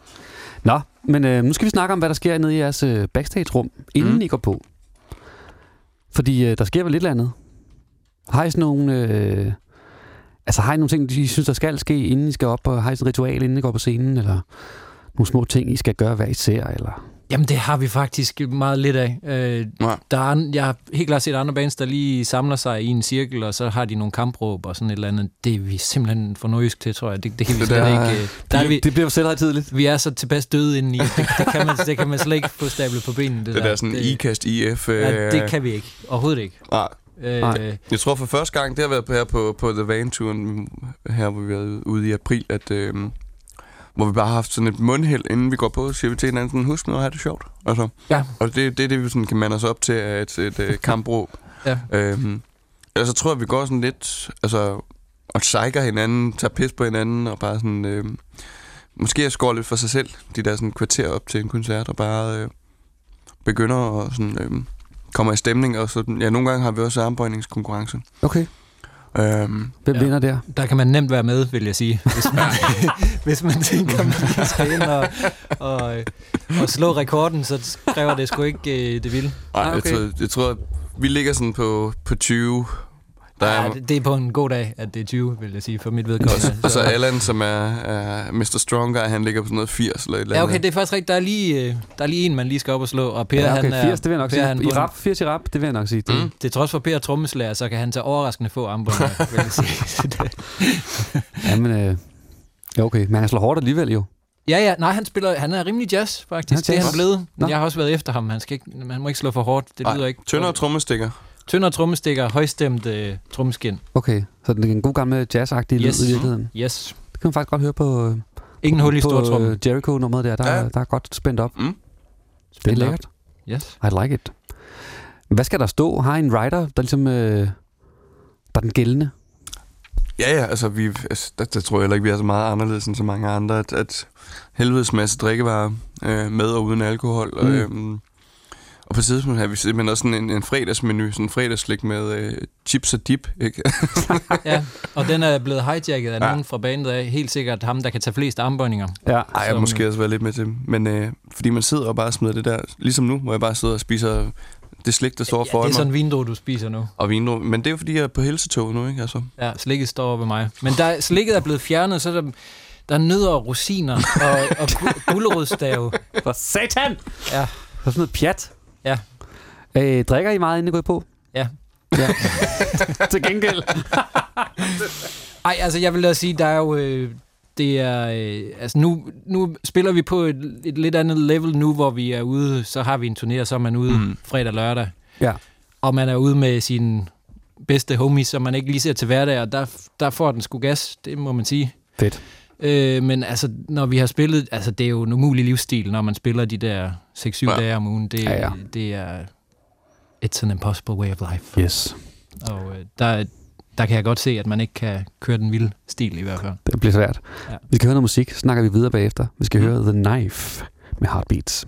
Nå, men nu skal vi snakke om, hvad der sker nede i jeres backstage-rum, inden I går på. Fordi der sker vel lidt eller andet. Har I sådan nogle... har I nogle ting, I synes, der skal ske, inden I skal op? Og har I sådan et ritual, inden I går på scenen? Eller nogle små ting, I skal gøre hver især? Eller Jamen, det har vi faktisk meget lidt af. Jeg har helt klart set andre bands, der lige samler sig i en cirkel, og så har de nogle kampråb og sådan et eller andet. Det er vi simpelthen for nordjysk til, tror jeg. Det kan vi slet ikke... Det bliver jo selvhøjtidligt. Vi er så tilpas døde indeni. Det kan man slet ikke få stablet på benene. Det der sådan IKAST, IF... Ja, det kan vi ikke. Overhovedet ikke. Nej. Jeg tror for første gang, det har været her på The Van-turen, her hvor vi var ude i april, at... hvor vi bare har haft sådan et mundhæld, inden vi går på, siger vi til hinanden sådan, husk nu at have det sjovt. Altså. Ja. Og det er det, vi sådan kan mande os op til af et kampråb. Ja. Så tror jeg, vi går sådan lidt, altså, og psyker hinanden, tager pis på hinanden, og bare sådan, måske skår lidt for sig selv, de der sådan kvarter op til en koncert, og bare begynder at sådan, kommer i stemning, og så, ja, nogle gange har vi også armbøjningskonkurrence. Okay. Hvem vinder der? Der kan man nemt være med, vil jeg sige. Hvis man tænker, man skal ind og slå rekorden, så kræver det sgu ikke det vilde. Nej, okay. jeg tror, vi ligger sådan på 20. Det er på en god dag, at det er 20, vil jeg sige, for mit vedkommende. Og så Allan, som er Mr. Stronger, han ligger på sådan noget 80 eller et eller andet. Ja, okay, det er faktisk rigtigt. Der er lige en, man lige skal op og slå, og Per, ja, okay, han er... 80, det vil jeg nok sige. 80 i rap, det vil jeg nok sige. Det er trods for Per trommeslager, så kan han tage overraskende få armbånd, vil jeg sige. Jamen, okay, men han slår hårdt alligevel jo. Ja, nej, han er rimelig jazz, faktisk. Det er han blevet. Jeg har også været efter ham. Han må ikke slå for hårdt. Det lyder ikke... Tyndere trommestikker. Tyndere trommestikker, højstemt trommeskin. Okay, så det er en god gammel jazz-agtig lyd i virkeligheden. Yes. Det kan man faktisk godt høre på... Ingen hul i stortrommen. Jericho-nummeret der er godt spændt op. Det er lækkert. Yes. I like it. Hvad skal der stå? Har I en writer, der ligesom... der er den gældende? Ja, altså der tror jeg heller ikke, vi er så meget anderledes end så mange andre, at helvedes masse drikkevarer med og uden alkohol, og på tidspunkt har vi simpelthen også sådan en fredagsmenu, sådan en fredagslik med chips og dip, ikke? Ja, og den er blevet hijacket af nogen fra bandet af. Helt sikkert ham, der kan tage flest armbøjninger. Ja. Ej, jeg måske også være lidt med til. Men fordi man sidder og bare smider det der, ligesom nu, hvor jeg bare sidder og spiser det slik, der står foran mig. Det er sådan en vindrue, du spiser nu. Og vindrue, men det er jo fordi, jeg er på helsetog nu, ikke? Altså. Ja, slikket står over ved mig. Men slikket er blevet fjernet, så der er nødder og rosiner og gulerodsstave. For satan! Ja. For sådan noget pjat. Ja. Drikker I meget, inden I går på? Ja. Til gengæld. Ej, altså jeg vil da sige, der er jo... altså nu spiller vi på et lidt andet level nu, hvor vi er ude, så har vi en turné, og så er man ude fredag og lørdag. Ja. Og man er ude med sine bedste homies, som man ikke lige ser til hverdag, og der får den sgu gas, det må man sige. Fedt. Men altså, når vi har spillet, altså det er jo en umulig livsstil, når man spiller de der 6-7 dage om ugen. Det er it's an impossible way of life. Yes. Og der kan jeg godt se, at man ikke kan køre den vilde stil i hvert fald. Det bliver svært. Ja. Vi skal høre noget musik, så snakker vi videre bagefter. Vi skal høre The Knife med Heartbeats.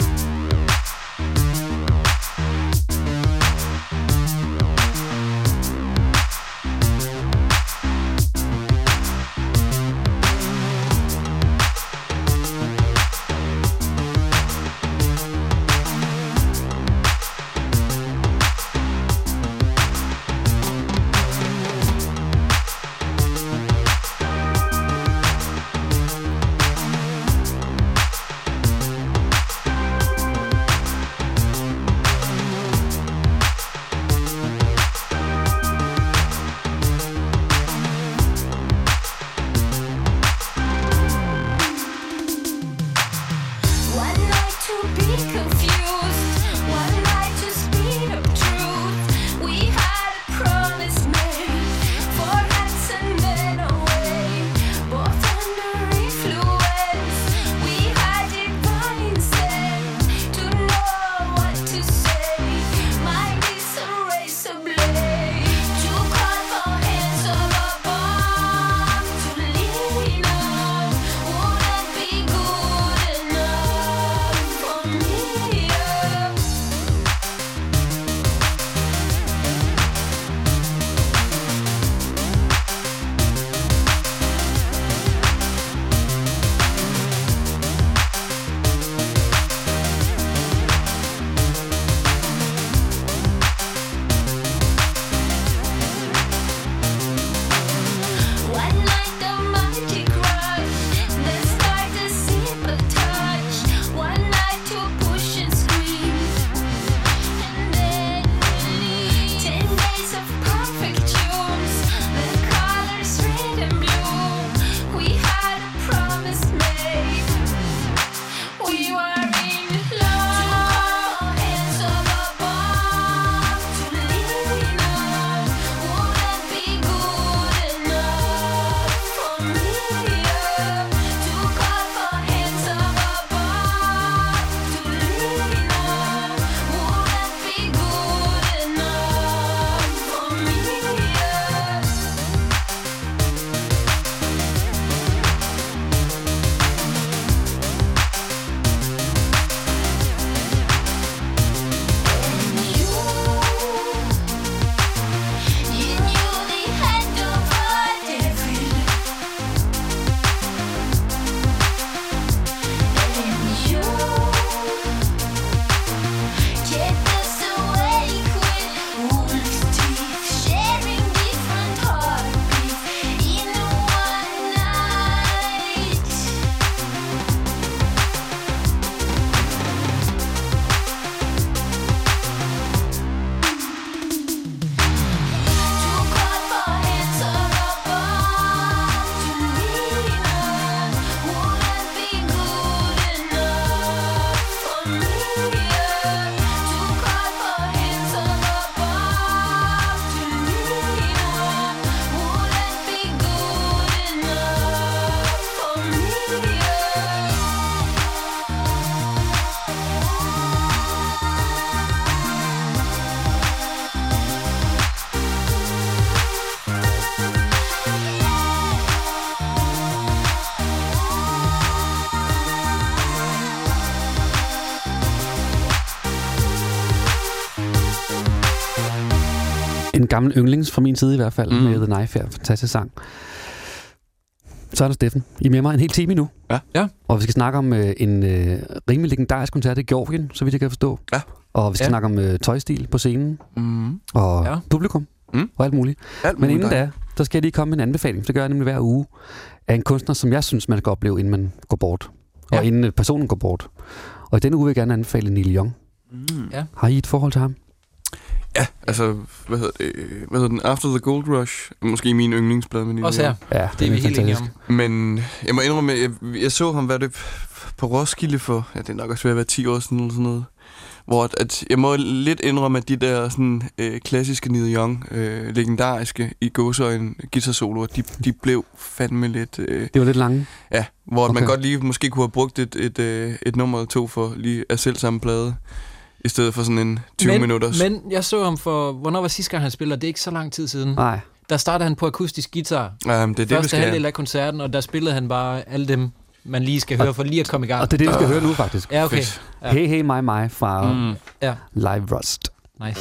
gammel yndlings fra min side i hvert fald, med The Knife her. Fantastisk sang. Så er der Steffen. I er med mig en hel time nu. Ja. Og vi skal snakke om en rimelig legendarisk koncert i Georgien, så vidt jeg kan forstå. Ja. Og vi skal snakke om tøjstil på scenen. Og publikum. Og alt muligt. Men inden da, så skal jeg lige komme med en anbefaling. Det gør jeg nemlig hver uge. Af en kunstner, som jeg synes, man skal opleve, inden man går bort. Og inden personen går bort. Og i denne uge vil jeg gerne anbefale Neil Young. Har I et forhold til ham? Ja, altså, hvad hedder den? After the Gold Rush. Måske min yndlingsplade med Neil Young. Også her. Ja, det er vi helt enige om. Men jeg må indrømme, jeg så ham, hvad det på Roskilde for, det er nok også ved at være 10 år siden eller sådan noget. Hvor at jeg må lidt indrømme, at de der sådan, klassiske Neil Young, legendariske i gåseøjne guitar-soloer, de blev fandme lidt... Det var lidt lange? Ja, hvor man godt lige måske kunne have brugt et nummer eller 2 for lige af selv samme plade, i stedet for sådan en 20 minutters. Men jeg så ham for... Hvornår var sidste gang, han spiller? Det er ikke så lang tid siden. Nej. Der startede han på akustisk guitar. Første halvdel af koncerten, og der spillede han bare alle dem, man lige skal høre for lige at komme i gang. Og det er det, vi skal høre nu, faktisk. Ja, okay. Ja. Hey, hey, my fra Live Rust. Nice.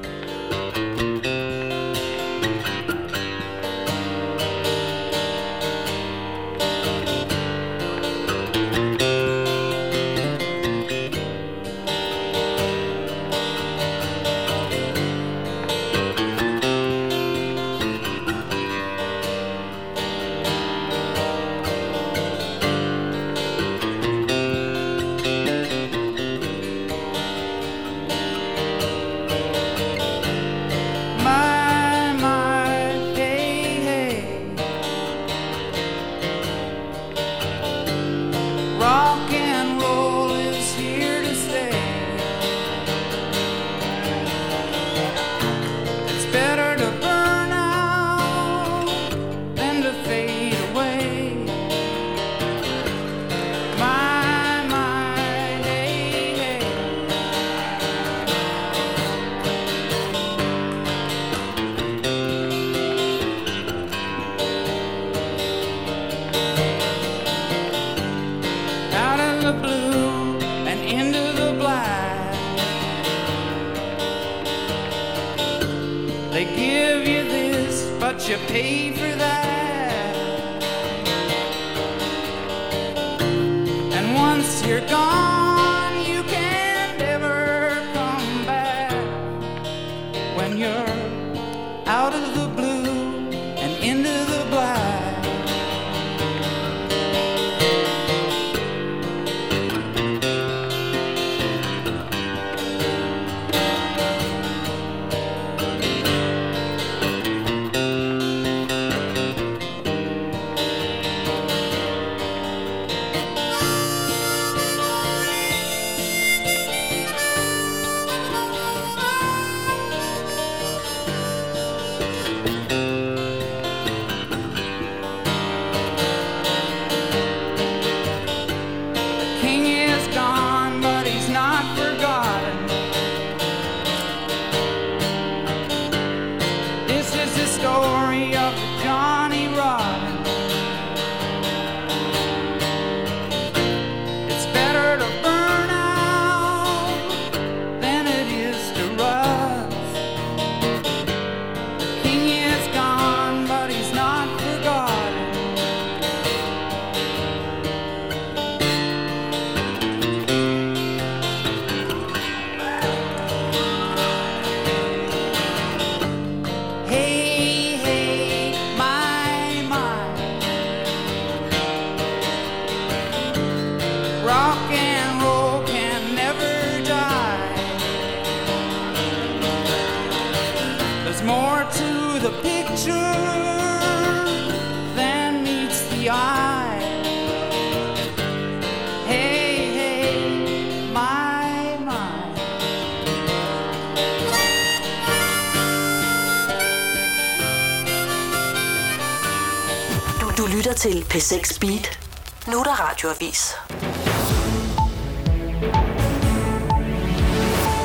Til P6 Beat. Nu er der radioavis.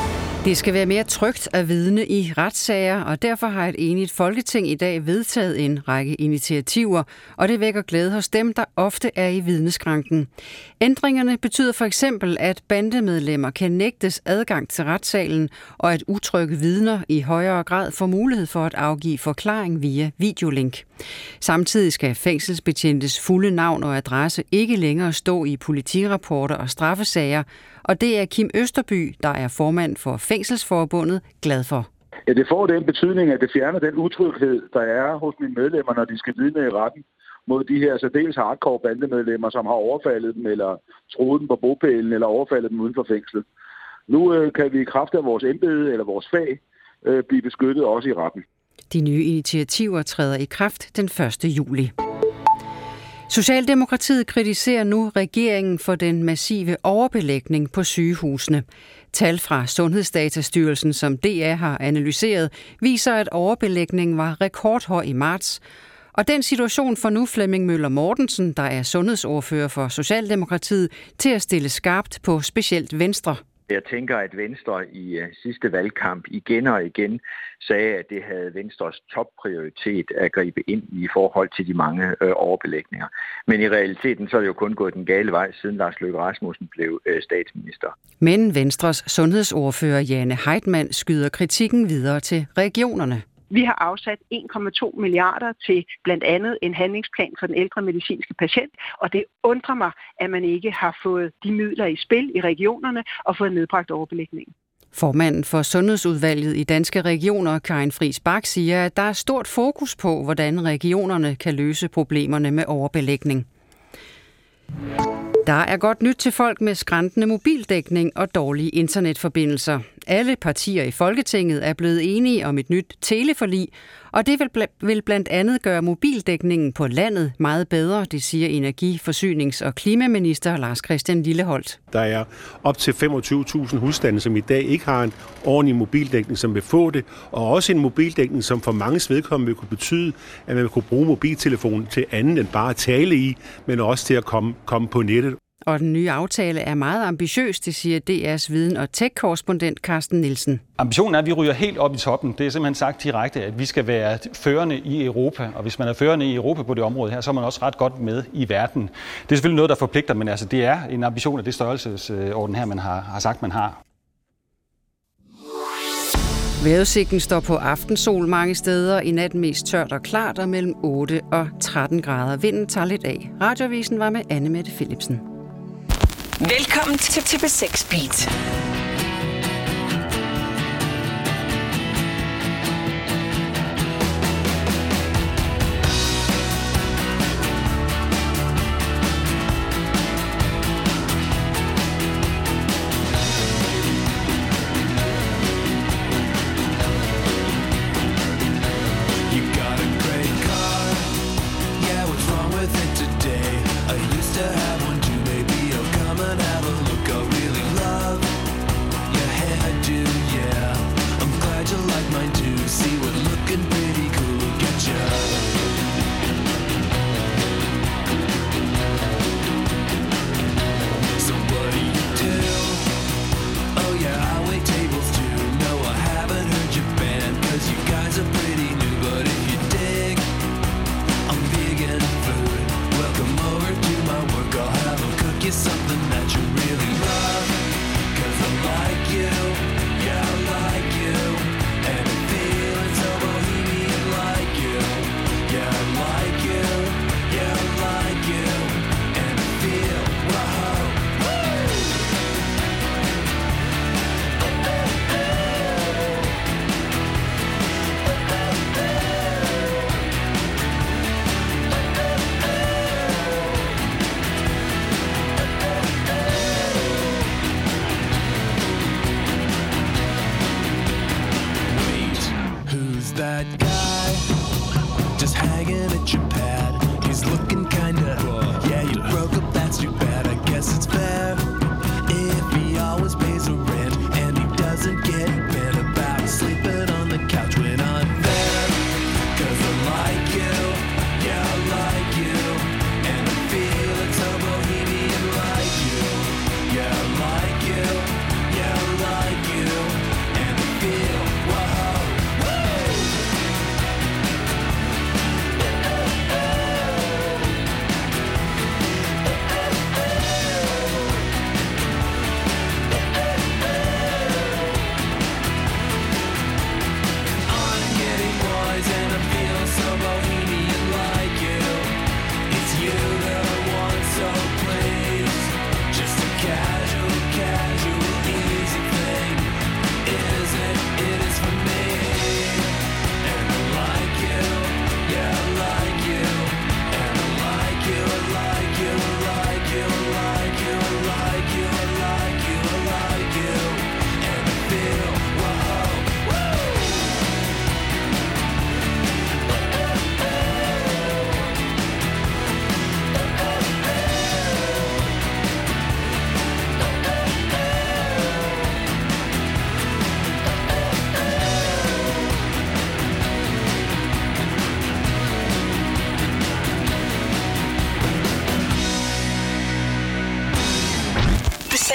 Det skal være mere trygt at vidne i retssager, og derfor har et enigt Folketing i dag vedtaget en række initiativer, og det vækker glæde hos dem, der ofte er i vidneskranken. Ændringerne betyder for eksempel, at bandemedlemmer kan nægtes adgang til retssalen, og at utrygge vidner i højere grad får mulighed for at afgive forklaring via videolink. Samtidig skal fængselsbetjentes fulde navn og adresse ikke længere stå i politirapporter og straffesager, og det er Kim Østerby, der er formand for Fængselsforbundet, glad for. Ja, det får den betydning, at det fjerner den utryghed, der er hos mine medlemmer, når de skal vidne i retten mod de her særdeles hardcore bandemedlemmer, som har overfaldet dem, eller troet dem på bopælen, eller overfaldet dem uden for fængslet. Nu kan vi i kraft af vores embede eller vores fag blive beskyttet også i retten. De nye initiativer træder i kraft den 1. juli. Socialdemokratiet kritiserer nu regeringen for den massive overbelægning på sygehusene. Tal fra Sundhedsdatastyrelsen, som DR har analyseret, viser, at overbelægningen var rekordhøj i marts. Og den situation får nu Flemming Møller Mortensen, der er sundhedsordfører for Socialdemokratiet, til at stille skarpt på specielt Venstre. Jeg tænker, at Venstre i sidste valgkamp igen og igen sagde, at det havde Venstres topprioritet at gribe ind i forhold til de mange overbelægninger. Men i realiteten så er det jo kun gået den gale vej, siden Lars Løkke Rasmussen blev statsminister. Men Venstres sundhedsordfører Jane Heitmann skyder kritikken videre til regionerne. Vi har afsat 1,2 milliarder til blandt andet en handlingsplan for den ældre medicinske patient, og det undrer mig, at man ikke har fået de midler i spil i regionerne og fået nedbragt overbelægningen. Formanden for Sundhedsudvalget i Danske Regioner, Karin Friis Bach, siger, at der er stort fokus på, hvordan regionerne kan løse problemerne med overbelægning. Der er godt nyt til folk med skrantende mobildækning og dårlige internetforbindelser. Alle partier i Folketinget er blevet enige om et nyt teleforlig, og det vil blandt andet gøre mobildækningen på landet meget bedre, det siger energi-, forsynings- og klimaminister Lars Christian Lilleholt. Der er op til 25.000 husstande, som i dag ikke har en ordentlig mobildækning, som vil få det, og også en mobildækning, som for manges vedkommende vil kunne betyde, at man vil kunne bruge mobiltelefonen til andet end bare at tale i, men også til at komme på nettet. Og den nye aftale er meget ambitiøs, det siger DR's viden- og tech-korrespondent Carsten Nielsen. Ambitionen er, at vi ryger helt op i toppen. Det er simpelthen sagt direkte, at vi skal være førende i Europa. Og hvis man er førende i Europa på det område her, så er man også ret godt med i verden. Det er selvfølgelig noget, der forpligter, men altså, det er en ambition af det størrelsesorden her, man har sagt, man har. Vejrudsigten står på aftensol mange steder. I nat mest tørt og klart og mellem 8 og 13 grader. Vinden tager lidt af. Radioavisen var med Anne Mette Philipsen. Velkommen til P6 Beat.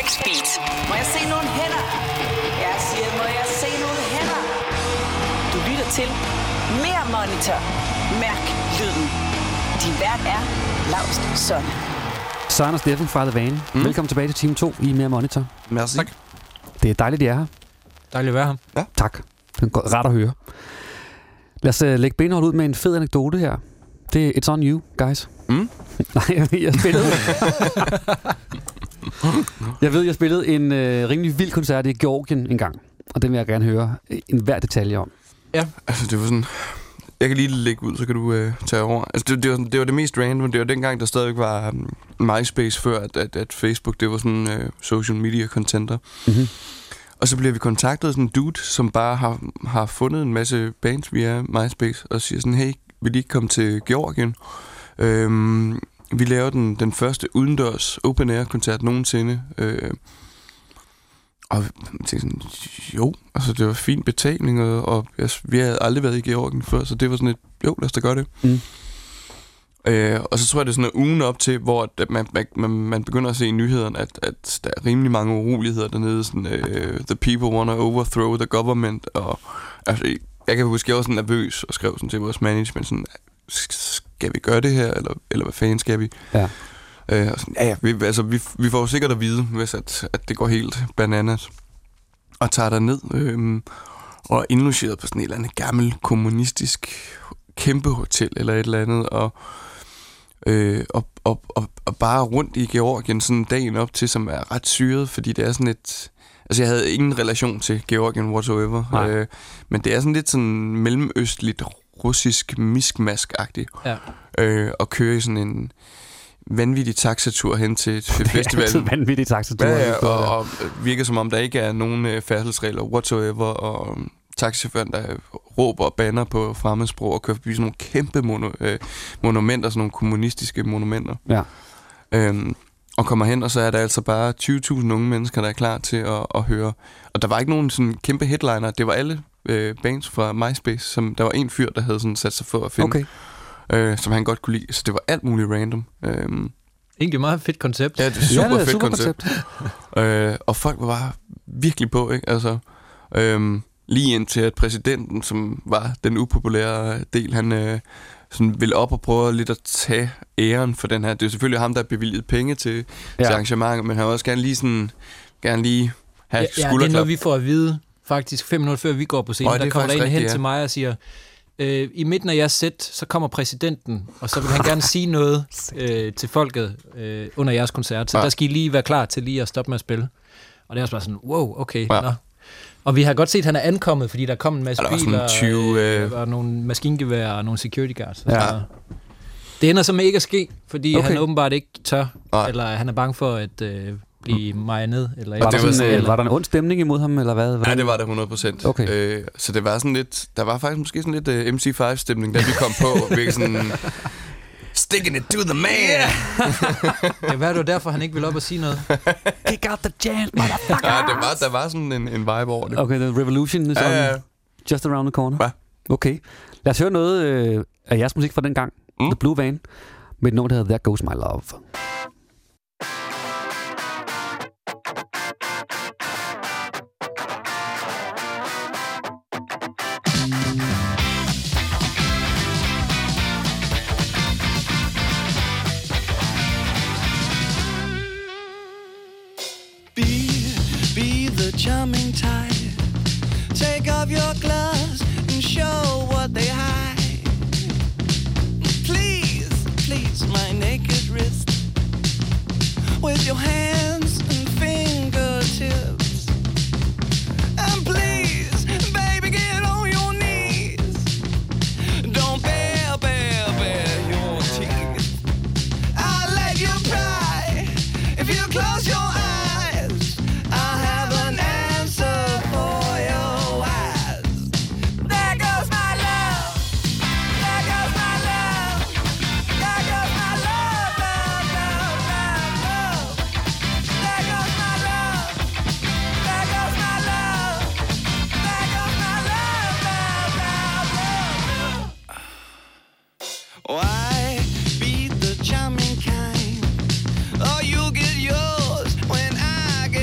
6 Beat. Må jeg se nogle hænder? Jeg siger, må jeg se nogle hænder? Du lytter til Mere Monitor. Mærk lyden. Din vært er Laust Sonne. Søren og Steffen fra The Van. Velkommen tilbage til time 2 i Mere Monitor. Merci. Tak. Det er dejligt, at I er her. Dejligt at være her. Ja. Tak. Det er rart at høre. Lad os lægge benhårdt ud med en fed anekdote her. Det er It's on you, guys. Nej, jeg spillede... jeg spillede en rimelig vild koncert i Georgien en gang. Og den vil jeg gerne høre en hver detalje om. Ja. Altså, det var sådan... Jeg kan lige lægge ud, så kan du tage over. Altså, det var det mest random. Det var dengang, der stadig var MySpace før, at Facebook, det var sådan social media contenter. Mm-hmm. Og så bliver vi kontaktet af sådan en dude, som bare har fundet en masse bands via MySpace, og siger sådan, hey, vil I ikke komme til Georgien? Vi laver den første udendørs open-air-koncert nogensinde. Og jeg tænkte sådan, jo, altså det var fin betaling, og vi havde aldrig været i Georgien før, så det var sådan et, jo, lad os da gøre det. Og så tror jeg, det er sådan en ugen op til, hvor man begynder at se i nyhederne, at der er rimelig mange uroligheder dernede, sådan, the people wanna overthrow the government, og altså, jeg kan huske, jeg var sådan nervøs og skrev sådan til vores management, sådan, skal vi gøre det her, eller hvad fanden skal vi? Ja. Og sådan, vi får jo sikkert at vide, hvis at det går helt bananas, og tager der ned og indlogeret på sådan et eller andet gammel kommunistisk kæmpe hotel eller et eller andet, og bare rundt i Georgien sådan dagen op til, som er ret syret, fordi det er sådan et... Altså, jeg havde ingen relation til Georgien whatsoever, men det er sådan lidt sådan mellemøstligt, russisk miskmask-agtigt, og køre i sådan en vanvittig taxatur hen til festivalen. Det er altid vanvittig taxatur. Og virker som om, der ikke er nogen færdselsregler whatsoever, og taxichaufføren, der råber og banner på fremmedsprog og kører forbi sådan nogle kæmpe monumenter, sådan nogle kommunistiske monumenter. Ja. Og kommer hen, og så er der altså bare 20.000 unge mennesker, der er klar til at høre. Og der var ikke nogen sådan kæmpe headliner. Det var alle bands fra MySpace, som der var en fyr, der havde sådan sat sig for at finde, som han godt kunne lide. Så det var alt muligt random. Egentlig meget fedt koncept. Ja, det er super fedt koncept. Og folk var bare virkelig på, ikke? Altså, lige indtil at præsidenten, som var den upopulære del, han sådan ville op og prøve lidt at tage æren for den her. Det er jo selvfølgelig ham, der har bevilget penge til arrangementet, men han vil også gerne lige have skulderklap. Ja, det er noget, vi får at vide faktisk 5 minutter før vi går på scenen. Der kommer der en hen til mig og siger, i midten af jeres sæt, så kommer præsidenten, og så vil han gerne sige noget til folket under jeres koncert. Så der skal I lige være klar til lige at stoppe med at spille. Og det er også bare sådan, wow, okay, nå. Og vi har godt set, at han er ankommet, fordi der kom en masse biler, og nogle maskingevær og nogle security guards. Ja. Det ender så med ikke at ske, fordi han åbenbart ikke tør, eller han er bange for at blive mejet ned. Eller var der en ond stemning imod ham, eller hvad? Nej, det var det 100%. Okay. Så det var sådan lidt, der var faktisk måske sådan lidt MC5-stemning, da vi kom på. Virkelig sådan... Sticking it to the man! Ja, hvad er det derfor, han ikke vil op og sige noget? Kick out the jam, motherfucker! Ja, der var sådan en vibe over det. Okay, the revolution is just around the corner. Okay. Lad os høre noget af jeres musik fra den gang. The Blue Van. Med et nummer, der hedder There Goes My Love. Be the charming type. Take off your gloves and show what they hide. Please my naked wrist with your hands and fingertips. And please, baby, get on your knees. Don't bare your teeth. I'll let you cry if you close your eyes. Why be the charming kind? Oh, you'll get yours when I get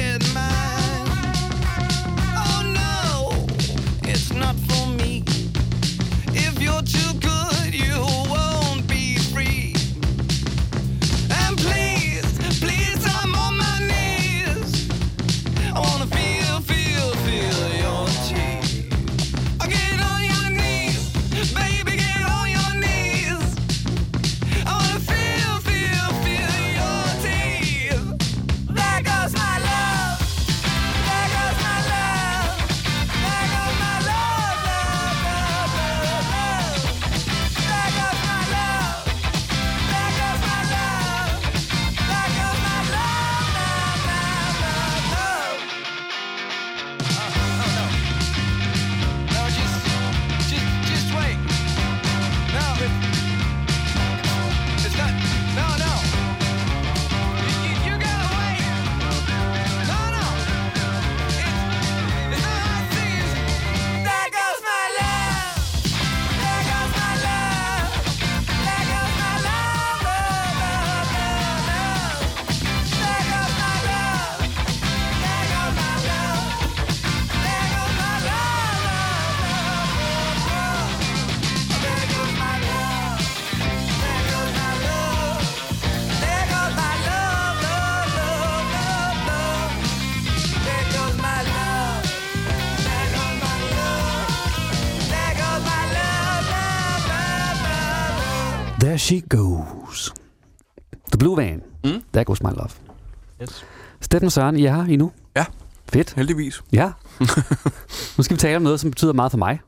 she goes. The Blue Van. There goes my love. Yes. Steffen og Søren, I er her endnu? Ja. Fedt. Heldigvis. Ja. Nu skal vi tale om noget, som betyder meget for mig.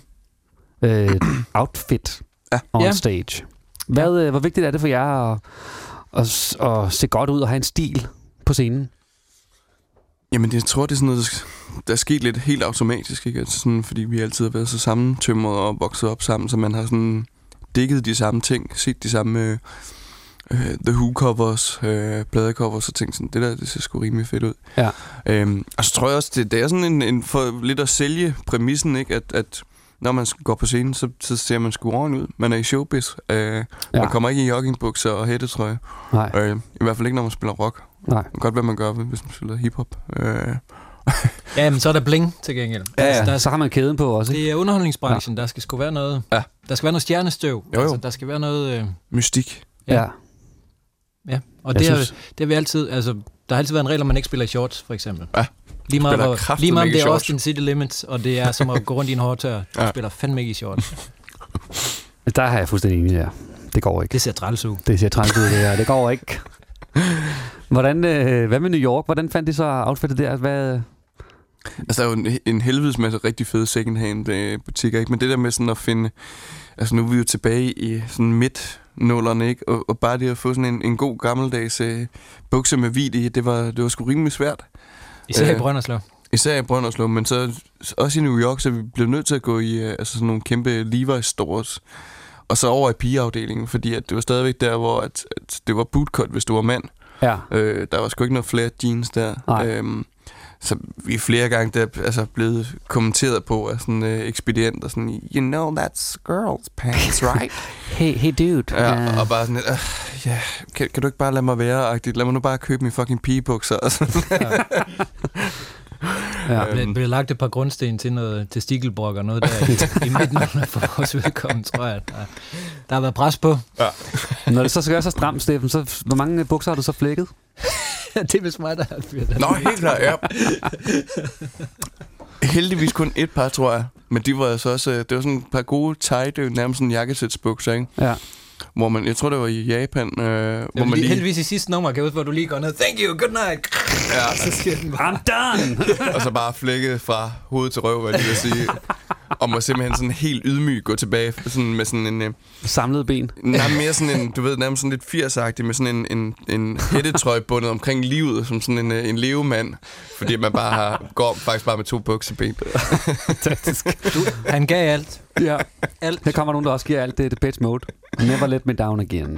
Outfit on stage. Hvor vigtigt er det for jer at se godt ud og have en stil på scenen? Jamen, jeg tror, det er sådan noget, der er sket lidt helt automatisk, ikke? Altså sådan, fordi vi altid har været så sammentømret og vokset op sammen, så man har sådan dækket de samme ting, set de samme The Who-covers, pladecovers og ting sådan. Det ser sgu rimelig fedt ud. Ja. Og så tror jeg også, det er sådan en for lidt at sælge præmissen, ikke? At når man går på scenen, så ser man sgu ordentligt ud. Man er i showbiz. Man kommer ikke i joggingbukser og hættetrøje. Nej. I hvert fald ikke, når man spiller rock. Nej. Det kan godt være, man gør, hvis man spiller hiphop. Ja, men så er der bling til gengæld. Ja. Så har man kæden på også. Det er underholdningsbranchen. Der skal sgu være noget. Ja. Der skal være noget stjernestøv. Jo. Altså, der skal være noget mystik. Ja. Og det har vi altid. Altså, der har altid været en regel, om man ikke spiller i shorts, for eksempel. Ja. Lige meget om det er Austin City Limits, og det er som at gå rundt i en hårdtør. Du spiller fandme ikke i shorts. Der har jeg fuldstændig enig der. Det går ikke. Det ser træls ud. Det her. Det går ikke. Hvad med New York? Hvordan fandt de så outfittet der? Altså, der er jo en helvedes masse rigtig fede second-hand butikker, ikke? Men det der med sådan at finde... Altså, nu er vi jo tilbage i sådan midt-nullerne, ikke? Og bare det at få sådan en god gammeldags bukser med hvid i, det var sgu rimelig svært. Især i Brønderslev. Men så også i New York, så vi blev nødt til at gå i sådan nogle kæmpe Levi's stores. Og så over i pigeafdelingen, fordi at det var stadigvæk der, hvor at det var bootcut, hvis du var mand. Ja. Der var sgu ikke noget flere jeans der. Så vi er flere gange der blevet kommenteret på af sådan ekspedient og sådan, you know that's girls' pants, right? hey dude. Ja, og bare sådan, kan du ikke bare lade mig være-agtigt? Lad mig nu bare købe mine fucking pigebukser. Der blev lagt et par grundsten til noget testikelbrok og noget der i midten for vores vedkommende, tror jeg. Der har været pres på. Ja. Når det så skal være så stramt, Steffen, så hvor mange bukser har du så flækket? Det er vist mig, der har fyret det. Nå, helt klart, ja. Heldigvis kun et par, tror jeg. Men de var så også, det var sådan et par gode tight, nærmest sådan jakkesætsbukser, ikke? Ja. Hvor man, jeg tror det var i Japan, hvor man lige... Heldigvis i sidste nummer, kan jeg ud, hvor du lige går ned, thank you, good night. Ja. Så siger den bare, I'm done. Og så bare flækket fra hoved til røv, hvad det vil sige. Og må simpelthen sådan helt ydmyg gå tilbage sådan med sådan en... samlet ben. Nej, mere sådan en, du ved, nærmest sådan lidt 80'agtig med sådan en hættetrøje bundet omkring livet, som sådan en levemand. Fordi man bare går faktisk bare med 2 bukseben. Han gav alt. Ja. Alt. Her kommer nogen, der også giver alt. Det er Depeche Mode. Never let me down again.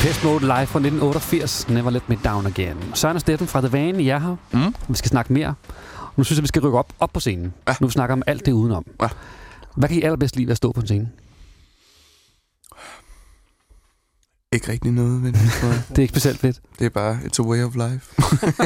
Depeche Mode live fra 1988, Never Let Me Down Again. Søren og Steffen fra The Van, I er her. Vi skal snakke mere. Nu synes jeg, vi skal rykke op på scenen. Ja. Nu snakker vi om alt det udenom. Ja. Hvad kan I allerbedst lide ved at stå på en scene? Ikke rigtig noget, men det er ikke specielt fedt. Det er bare, it's a way of life.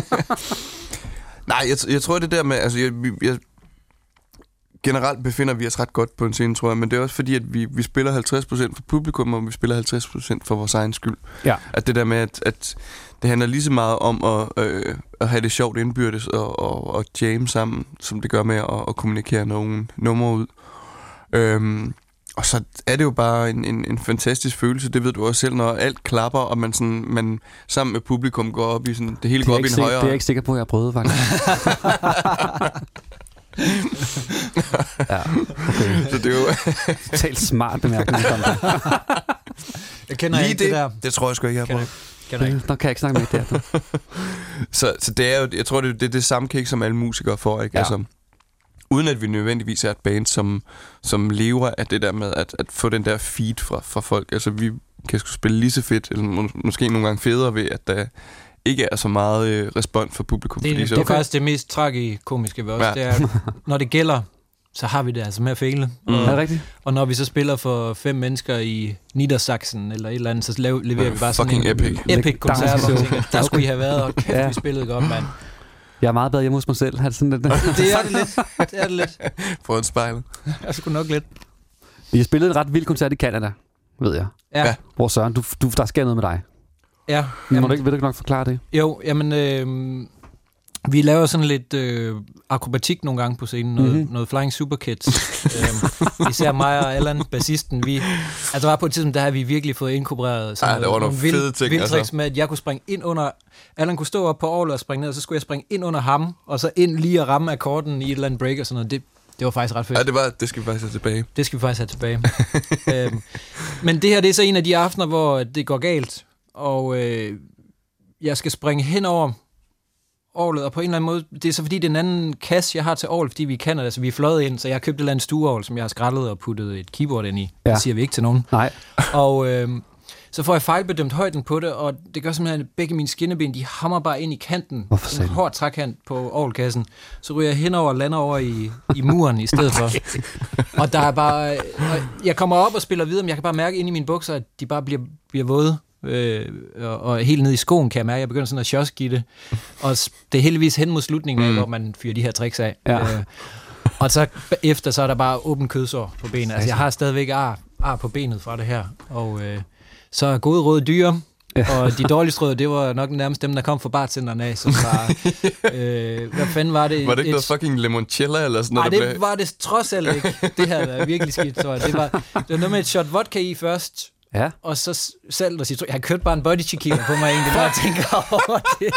Nej, jeg tror det der med, altså jeg generelt befinder vi os ret godt på en scene, tror jeg, men det er også fordi, at vi spiller 50% for publikum, og vi spiller 50% for vores egen skyld. Ja. At det der med, at det handler lige så meget om at have det sjovt indbyrdes og jamme sammen, som det gør med at kommunikere nogle numre ud. Og så er det jo bare en fantastisk følelse, det ved du også selv, når alt klapper, og man sammen med publikum går op i sådan, det hele går op i en højere... Det er jeg ikke sikker på, at jeg har prøvet, faktisk. Ja, okay. Så det er jo... Totalt smart bemærkning. Jeg kender lige ikke det der. Det tror jeg sgu ikke, jeg har prøvet. Nå kan jeg ikke snakke med det der. Så det er jo, jeg tror, det er det samme kick, som alle musikere får, ikke? Ja. Altså, uden at vi nødvendigvis er et band, som lever af det der med at få den der feed fra folk. Altså, vi kan sgu spille lige så fedt, eller måske nogle gange federe ved, at der ikke er så meget respons fra publikum. Det er faktisk det mest tragikomiske ved os. Ja. Det er, når det gælder, så har vi det altså med at fejle. Er det rigtigt? Og når vi så spiller for 5 mennesker i Niedersachsen eller et eller andet, så leverer vi bare sådan en epic koncert, hvor vi tænker, der skulle I have været, og kæft, vi spillede godt, mand. Jeg er meget bedre hjemme hos mig selv. Det sådan lidt. Det er det lidt. Foran spejlet. Jeg skulle nok lidt. Vi har spillet en ret vild koncert i Canada, ved jeg. Ja. Hvor Søren, der sker noget med dig. Ja. Vil du ikke nok forklare det? Jo, jamen... vi laver sådan lidt akrobatik nogle gange på scenen, noget Flying Super Kids. Især mig og Allan, bassisten, der var på et tidspunkt, der har vi virkelig fået inkorporeret sådan nogle fede ting, vilde tricks med, at jeg kunne springe ind under... Allan kunne stå op på orglet og springe ned, og så skulle jeg springe ind under ham, og så ind lige og ramme akkorden i et eller andet break og sådan noget. Det var faktisk ret fedt. Ja, det skal vi faktisk have tilbage. Det skal vi faktisk have tilbage. Men det her, det er så en af de aftener, hvor det går galt, og jeg skal springe hen over orglet, og på en eller anden måde, det er så fordi, det er en anden kasse, jeg har til orglet, fordi vi i Canada, så vi er fløjet ind, så jeg har købt et eller andet stueorgel, som jeg har skrællet og puttet et keyboard ind i. Ja. Det siger vi ikke til nogen. Nej. Og så får jeg fejlbedømt højden på det, og det gør simpelthen, at begge mine skinneben, de hammer bare ind i kanten. En hård trækant på orgelkassen. Så ryger jeg henover og lander over i muren i stedet for. Og der er bare... jeg kommer op og spiller videre, men jeg kan bare mærke ind i mine bukser, at de bare bliver våde. Og helt ned i skoen kan jeg mærke, at jeg begynder sådan at sjoske det. Og det er heldigvis hen mod slutningen af, hvor man fyrer de her tricks af. Ja. Og så efter, så er der bare åben kødsår på benet. Altså jeg har stadigvæk ar på benet fra det her. Og så er gode røde dyre. Og de dårligste røde, det var nok nærmest dem, der kom fra bartenderne af, som var... hvad fanden var det? Var det ikke noget fucking limoncello eller sådan noget? Nej, det var det trods alt ikke. Det her er virkelig skidt, tror jeg. Det var noget med et shot vodka i først. Ja. Og så selv og citron. Jeg har kørt bare en body chiquita på mig egentlig, når jeg tænker over det.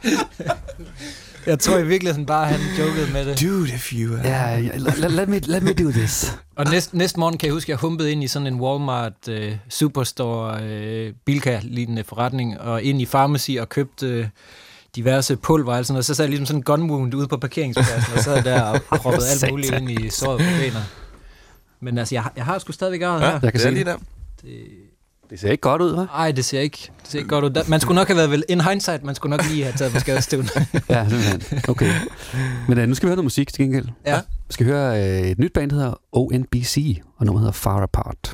Jeg tror i virkeligheden bare, han jokede med det. Dude, if you... Let me do this. Og næste morgen kan jeg huske, at jeg humpede ind i sådan en Walmart Superstore Bilka-lignende forretning, og ind i Pharmacy og købte diverse pulver og sådan noget. Så sad jeg ligesom sådan en gun wound ude på parkeringspladsen, og sad der og proppede alt muligt ind i såret på benet. Men altså, jeg har sgu stadigvæk her. Jeg kan se lige der. Det ser ikke godt ud, hva'? Nej, det ser ikke godt ud. Man skulle nok have været vel in hindsight, man skulle nok lige have taget på skadestuen. Ja, simpelthen. Okay. Men nu skal vi høre noget musik til gengæld. Ja. Vi skal høre et nyt band, der hedder ONBC, og noget hedder Far Apart.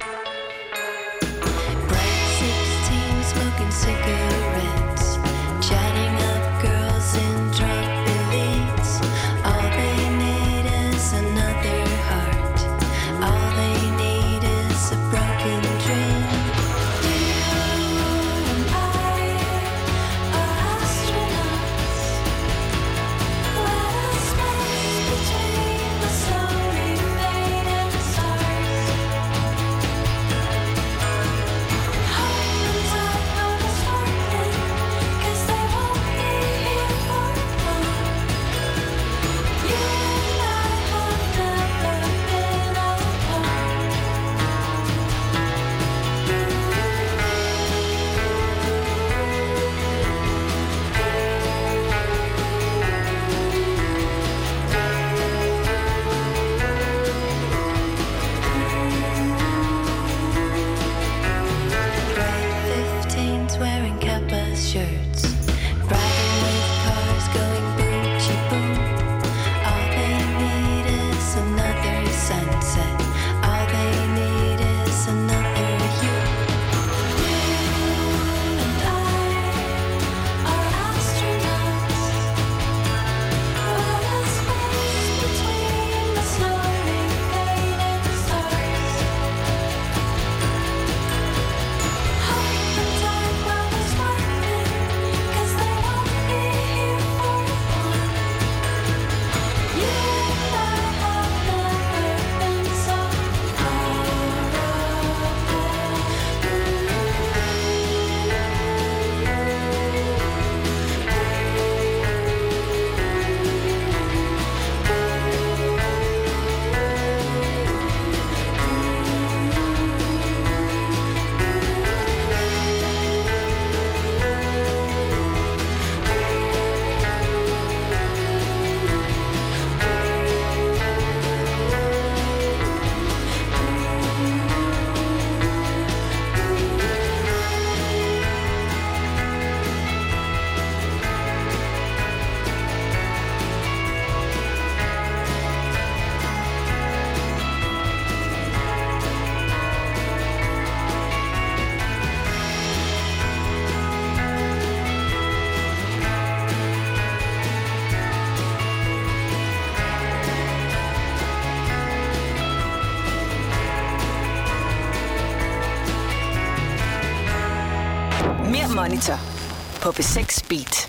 Mere Monitor på P6 Beat.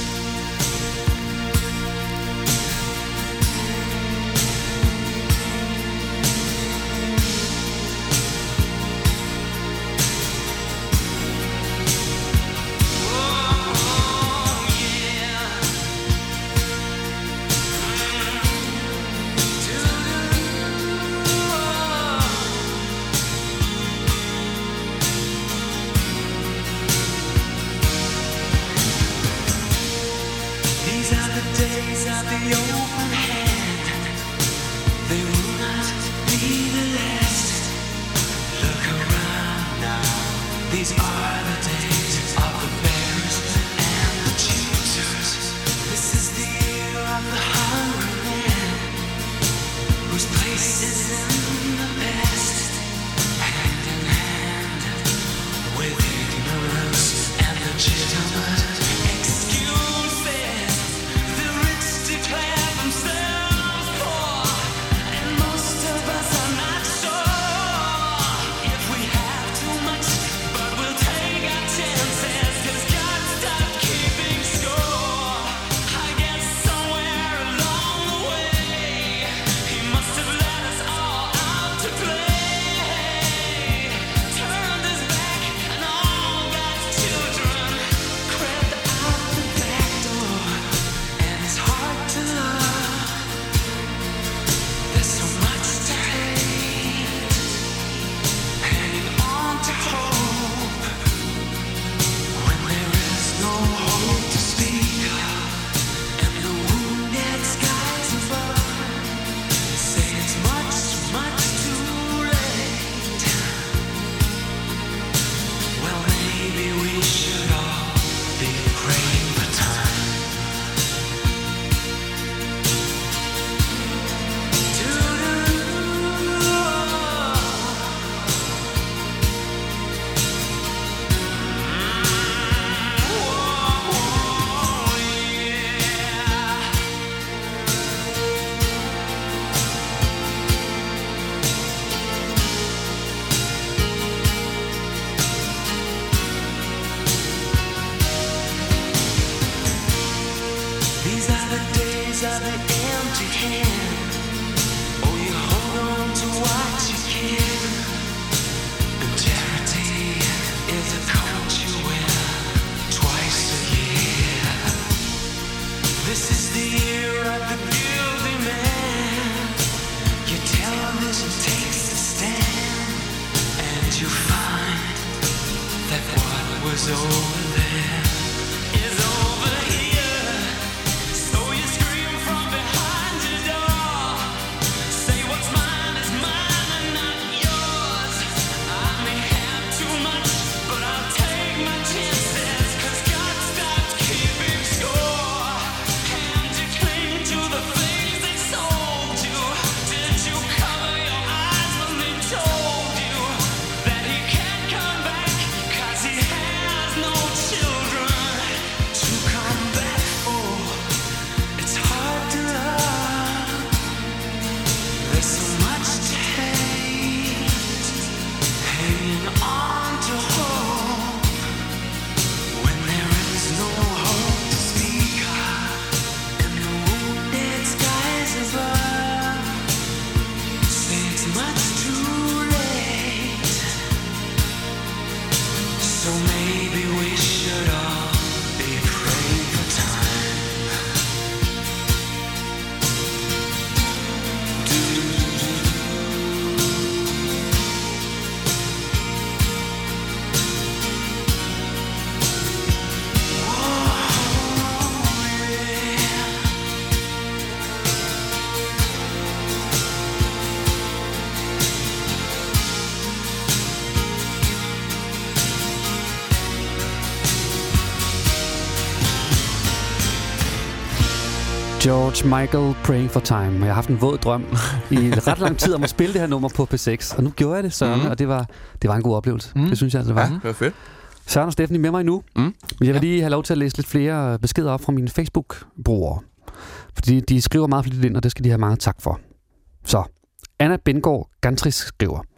George Michael, Praying for Time. Jeg har haft en våd drøm i ret lang tid om at spille det her nummer på P6, og nu gjorde jeg det, Søren, og det var en god oplevelse. Det synes jeg, det var. Ja, det var fedt. Søren og Stephanie med mig nu. Men jeg vil lige have lov til at læse lidt flere beskeder op fra mine Facebook-brugere. Fordi de skriver meget flittigt ind, og det skal de have meget tak for. Så, Anna Bengård Gantris skriver: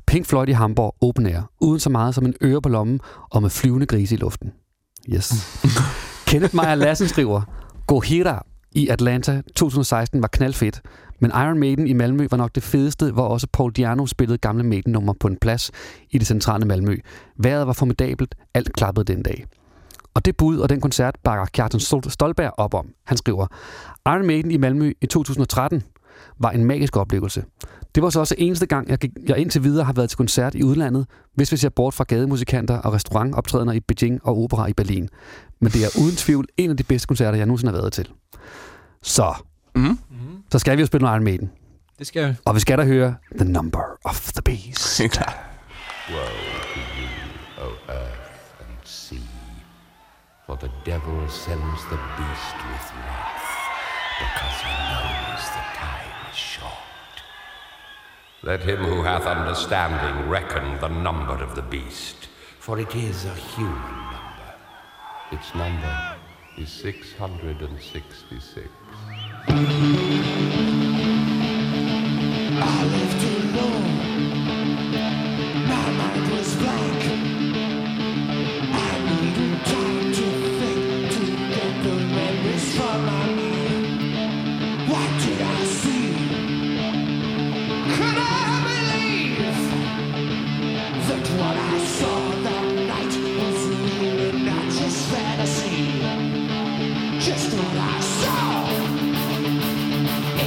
Pink Floyd i Hamburg, open air, uden så meget som en øre på lommen og med flyvende grise i luften. Yes. Kenneth Meyer Lassen skriver, Gojira i Atlanta 2016 var knaldfedt, men Iron Maiden i Malmø var nok det fedeste, hvor også Paul Di'Anno spillede gamle Maiden-nummer på en plads i det centrale Malmø. Vejret var formidabelt, alt klappede den dag. Og det bud og den koncert bakker Kjartan Stolberg op om. Han skriver, Iron Maiden i Malmø i 2013 var en magisk oplevelse. Det var så også eneste gang, jeg indtil videre har været til koncert i udlandet, hvis vi ser bort fra gademusikanter og restaurantoptrædener i Beijing og opera i Berlin. Men det er uden tvivl en af de bedste koncerter, jeg nogensinde har været til. Så skal vi jo spille noget Iron Maiden. Det skal vi. Og vi skal da høre The Number of the Beast. Helt klart. Woe to you, O earth and sea, for the devil sends the beast with wrath, because he knows the time is short. Let him who hath understanding reckon the number of the beast, for it is a human number. Its number is 666. I lived alone. My mind was blank. I needed time to think, to get the memories from my mind. What did I see? Could I believe that what I saw that night was real and not just fantasy? Just what I saw.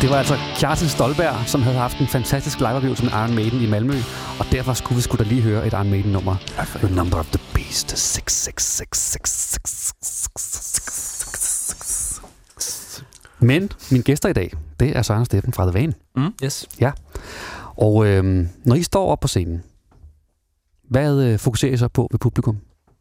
Det var altså Kjartan Stolberg, som havde haft en fantastisk live-oplevelse med Iron Maiden i Malmø, og derfor skulle vi sgu da lige høre et Iron Maiden-nummer. The Number of the Beast, 666. Men min gæster i dag, det er Søren og Steffen fra The Van. Yes. Ja. Og når I står op på scenen, hvad fokuserer I så på ved publikum?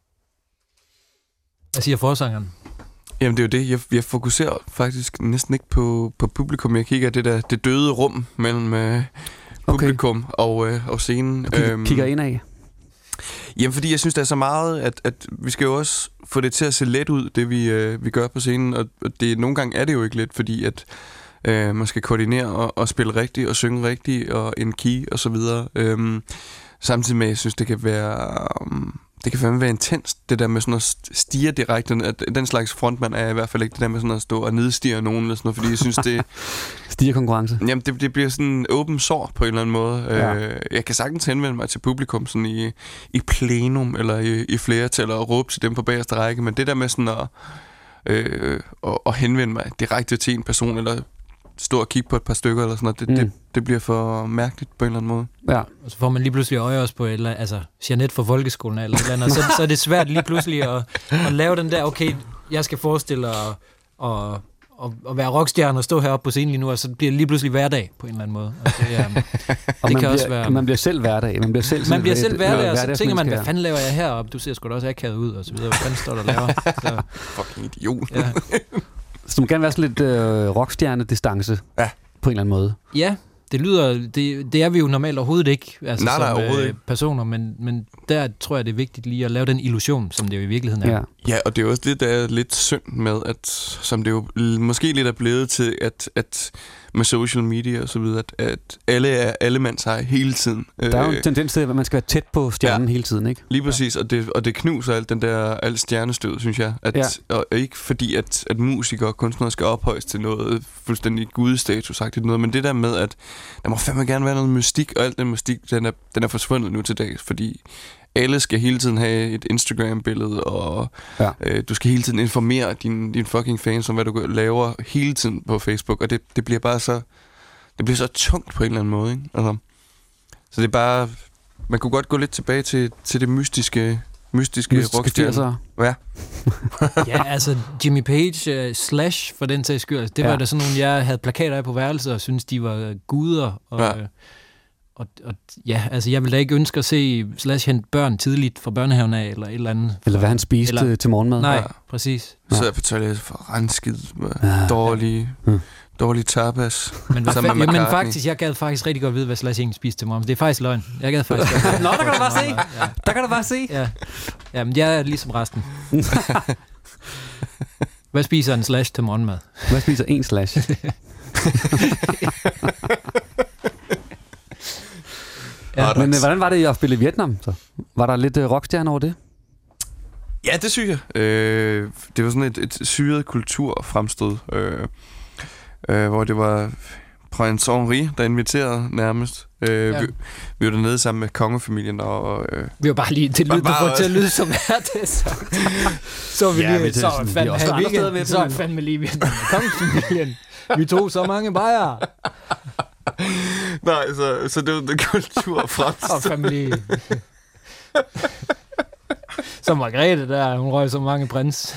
Hvad siger forsangeren? Jamen det er jo det. Jeg fokuserer faktisk næsten ikke på publikum. Jeg kigger det døde rum mellem publikum og scenen. Kigger ind af? Jamen fordi jeg synes, der er så meget, at vi skal jo også få det til at se let ud, det vi gør på scenen. Og det, nogle gange er det jo ikke let, fordi at man skal koordinere og spille rigtigt og synge rigtigt og en key og så videre. Samtidig med, jeg synes, det kan være intenst, det der med sådan at stirre direkte. At den slags frontmand er i hvert fald ikke det der med sådan at stå og nedstirre nogen, eller sådan noget, fordi jeg synes, det... Stirrekonkurrence? Jamen, det bliver sådan åben sår på en eller anden måde. Ja. Jeg kan sagtens henvende mig til publikum sådan i plenum, eller i flertal, og råbe til dem på bagerste række, men det der med sådan at henvende mig direkte til en person, eller stå og kigge på et par stykker eller sådan noget, det bliver for mærkeligt på en eller anden måde. Ja. Og så får man lige pludselig øje også på Jeanette fra folkeskolen eller et eller andet, så er det svært lige pludselig at lave den der, okay, jeg skal forestille at være rockstjerne og stå heroppe på scenen lige nu, og så bliver det lige pludselig hverdag på en eller anden måde. Altså, det kan også være... Man bliver selv hverdag. Man bliver selv hverdag, og så tænker man, hvad fanden laver jeg heroppe? Du ser sgu da også akavet ud, og så videre. Hvad fanden står der og laver? Så... Fucking idiot. Ja. Så du må gerne være sådan lidt rockstjerne-distance på en eller anden måde. Ja, det er vi jo normalt overhovedet ikke, altså som personer, men der tror jeg, det er vigtigt lige at lave den illusion, som det jo i virkeligheden er. Ja, og det er også det, der er lidt synd med, at som det jo måske lidt er blevet til, at med social media og så videre, at alle er allemandseje hele tiden. Der er jo en tendens til, at man skal være tæt på stjernen hele tiden, ikke? Lige præcis, og det knuser alt stjernestød, synes jeg. Og ikke fordi, at musikere og kunstnere skal ophøjes til noget fuldstændig gudestatus-agtigt noget, men det der med, at der må fandme gerne være noget mystik, og alt den mystik, den er forsvundet nu til dags, fordi alle skal hele tiden have et Instagram-billede, og du skal hele tiden informere din fucking fans om, hvad du laver hele tiden på Facebook, og det bliver bare så... Det bliver så tungt på en eller anden måde, ikke? Altså, så det er bare... Man kunne godt gå lidt tilbage til det mystiske rockstjerne. Ja. Ja, altså Jimmy Page, Slash for den sags skyld, det var da sådan nogle, jeg havde plakater af på værelset, og synes de var guder, og altså jeg ville da ikke ønske at se Slash hente børn tidligt fra børnehaven af, eller et eller andet. Eller hvad han spiste til morgenmad. Nej, præcis. Så jeg på toilettet for renskid, dårlige tapas. Men faktisk, jeg gad faktisk rigtig godt vide, hvad Slash egentlig spiste til morgen. Det er faktisk løgn. Jeg gad faktisk godt. Nå, der kan du bare se. Der kan du bare se. Ja. Jamen, jeg er ligesom resten. Hvad spiser en Slash til morgenmad? Hvad spiser en Slash? Men hvordan var det at spille i Vietnam? Så? Var der lidt rockstjerne over det? Ja, det synes jeg. Det var sådan et syret kulturfremstød, hvor det var Prins Henri, der inviterede nærmest. Vi var dernede sammen med kongefamilien. Og, vi var bare lige til lyd, du får til at lyde som er det. Så vi lige, så fandme lige med kongefamilien. Vi tog så mange bajere. Nej, så det var det kulturfremstød. Og familie. Så Margrethe der, hun røg så mange prins.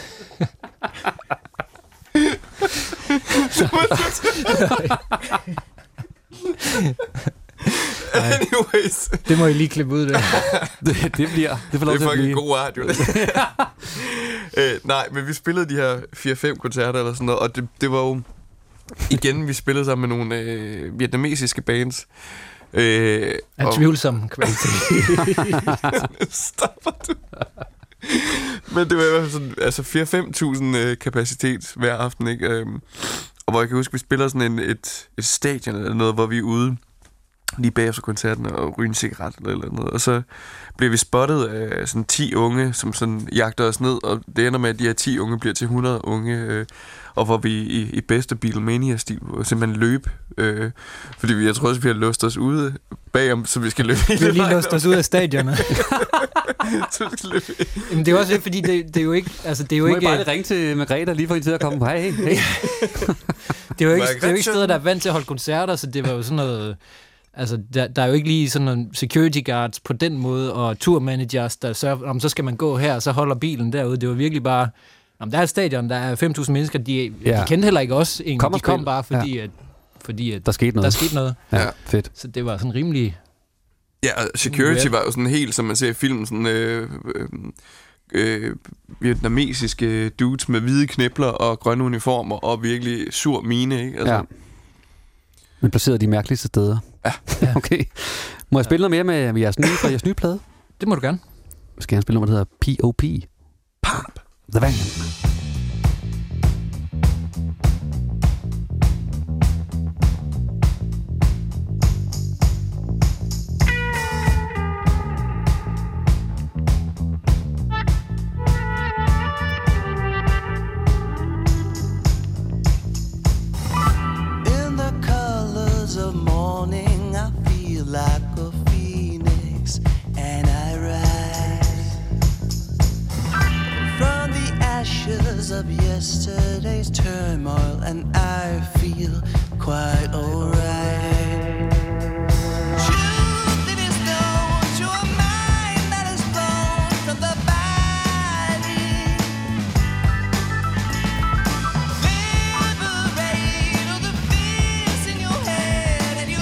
Anyways. Det må I lige klippe ud, det. Det får lov til at blive. Det er god radio. Nej, men vi spillede de her 4-5 koncerter eller sådan noget, og det var jo... Igen, vi spillede sammen med nogle vietnamesiske bands. En tvivlsom kvalitet. Stopper du? Men det var i hvert fald sådan, 4-5.000 kapacitet hver aften, ikke? Og hvor jeg kan huske, vi spiller sådan et stadion eller noget, hvor vi er ude lige bagefter koncerten og ryge en cigaret eller noget. Og så blev vi spottet af sådan 10 unge, som sådan jagter os ned, og det ender med, at de her 10 unge bliver til 100 unge, og hvor vi i bedste Beatlemania-stil simpelthen løb, fordi jeg tror også, vi har låst os ude bagom, så vi skal løbe hele vejen. Vi har lige låst os ud af stadionet. Så vi skal løbe. Jamen, det er også lidt, fordi det er jo ikke... Altså, det er jo må ikke... jeg bare ringe til Margrethe lige for en tid at komme på. Hey. Det er jo ikke steder, der er vant til at holde koncerter, så det var jo sådan noget... Altså, der er jo ikke lige sådan nogle security guards på den måde, og tourmanagers, der sørger, om så skal man gå her, og så holder bilen derude. Det var virkelig bare... der er et stadion, der er 5.000 mennesker, de kendte heller ikke os. De kom bare, fordi at der skete noget. Ja, fedt. Så det var sådan rimelig... Ja, security var jo sådan helt, som man ser i filmen, sådan vietnamesiske dudes med hvide knipler og grønne uniformer og virkelig sur mine, ikke? Altså. Ja. Men placeret de mærkeligste steder. Ja. Okay. Må jeg spille noget mere med jeres nye plade? Det må du gerne. Skal jeg spille noget, der hedder P.O.P. Pop. The Van. Like a phoenix, and I rise from the ashes of yesterday's turmoil, and I feel quite alright. Truth it is known to a mind that is blown from the body. Liberate all the fears in your head, and you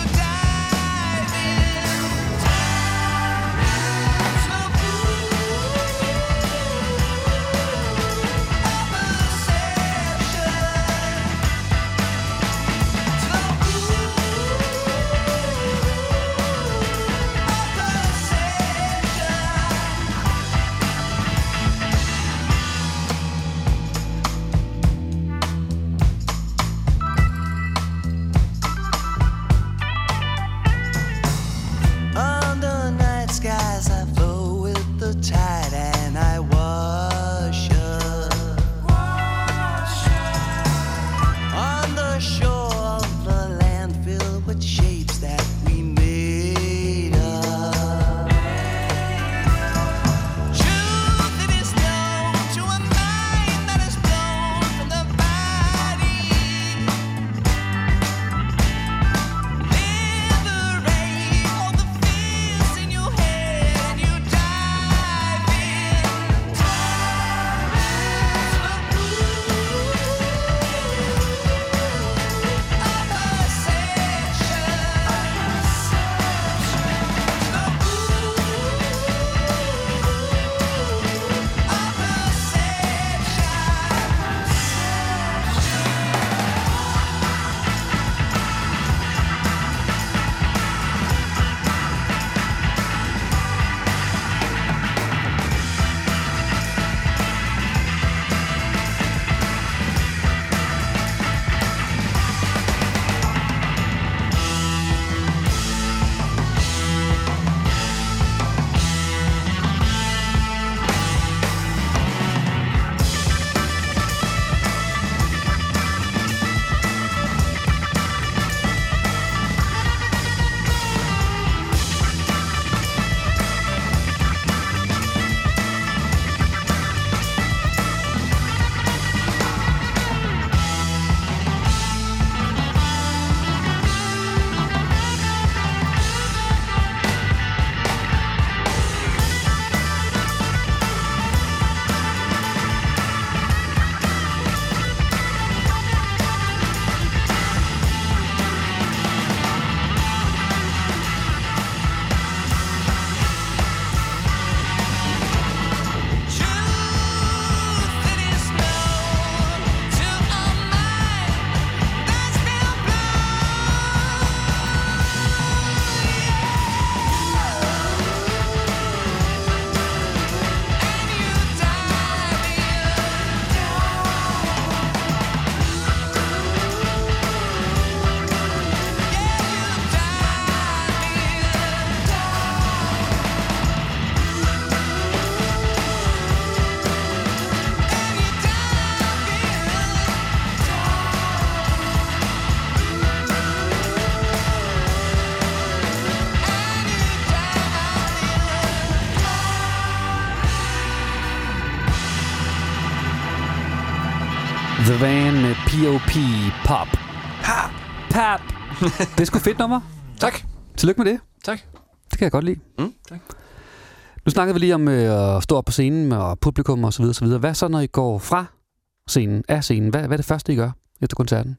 The Van med P.O.P. Pop. Pop. Det er sgu fedt nummer. Tak. Tillykke med det. Tak. Det kan jeg godt lide. Tak. Nu snakkede vi lige om at stå op på scenen og publikum og så videre, så videre. Hvad så, når I går fra scenen, af scenen? Hvad er det første, I gør efter koncerten?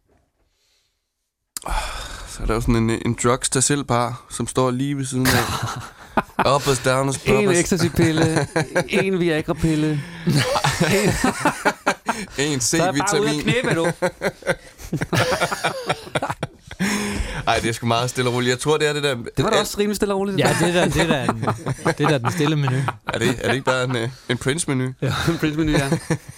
Så er der jo sådan en drugs der selv bar, som står lige ved siden af. Uppers, downers, poppers. En ecstasy-pille, en Viagra-pille. En C-vitamin. Så er bare ude at knæppe, du. Ej, det er sgu meget stille og roligt. Jeg tror, det er det der... Det var da også rimelig stille og roligt. Ja, det er da den stille menu. Er det ikke bare en Prince-menu? Ja, en Prince-menu, ja.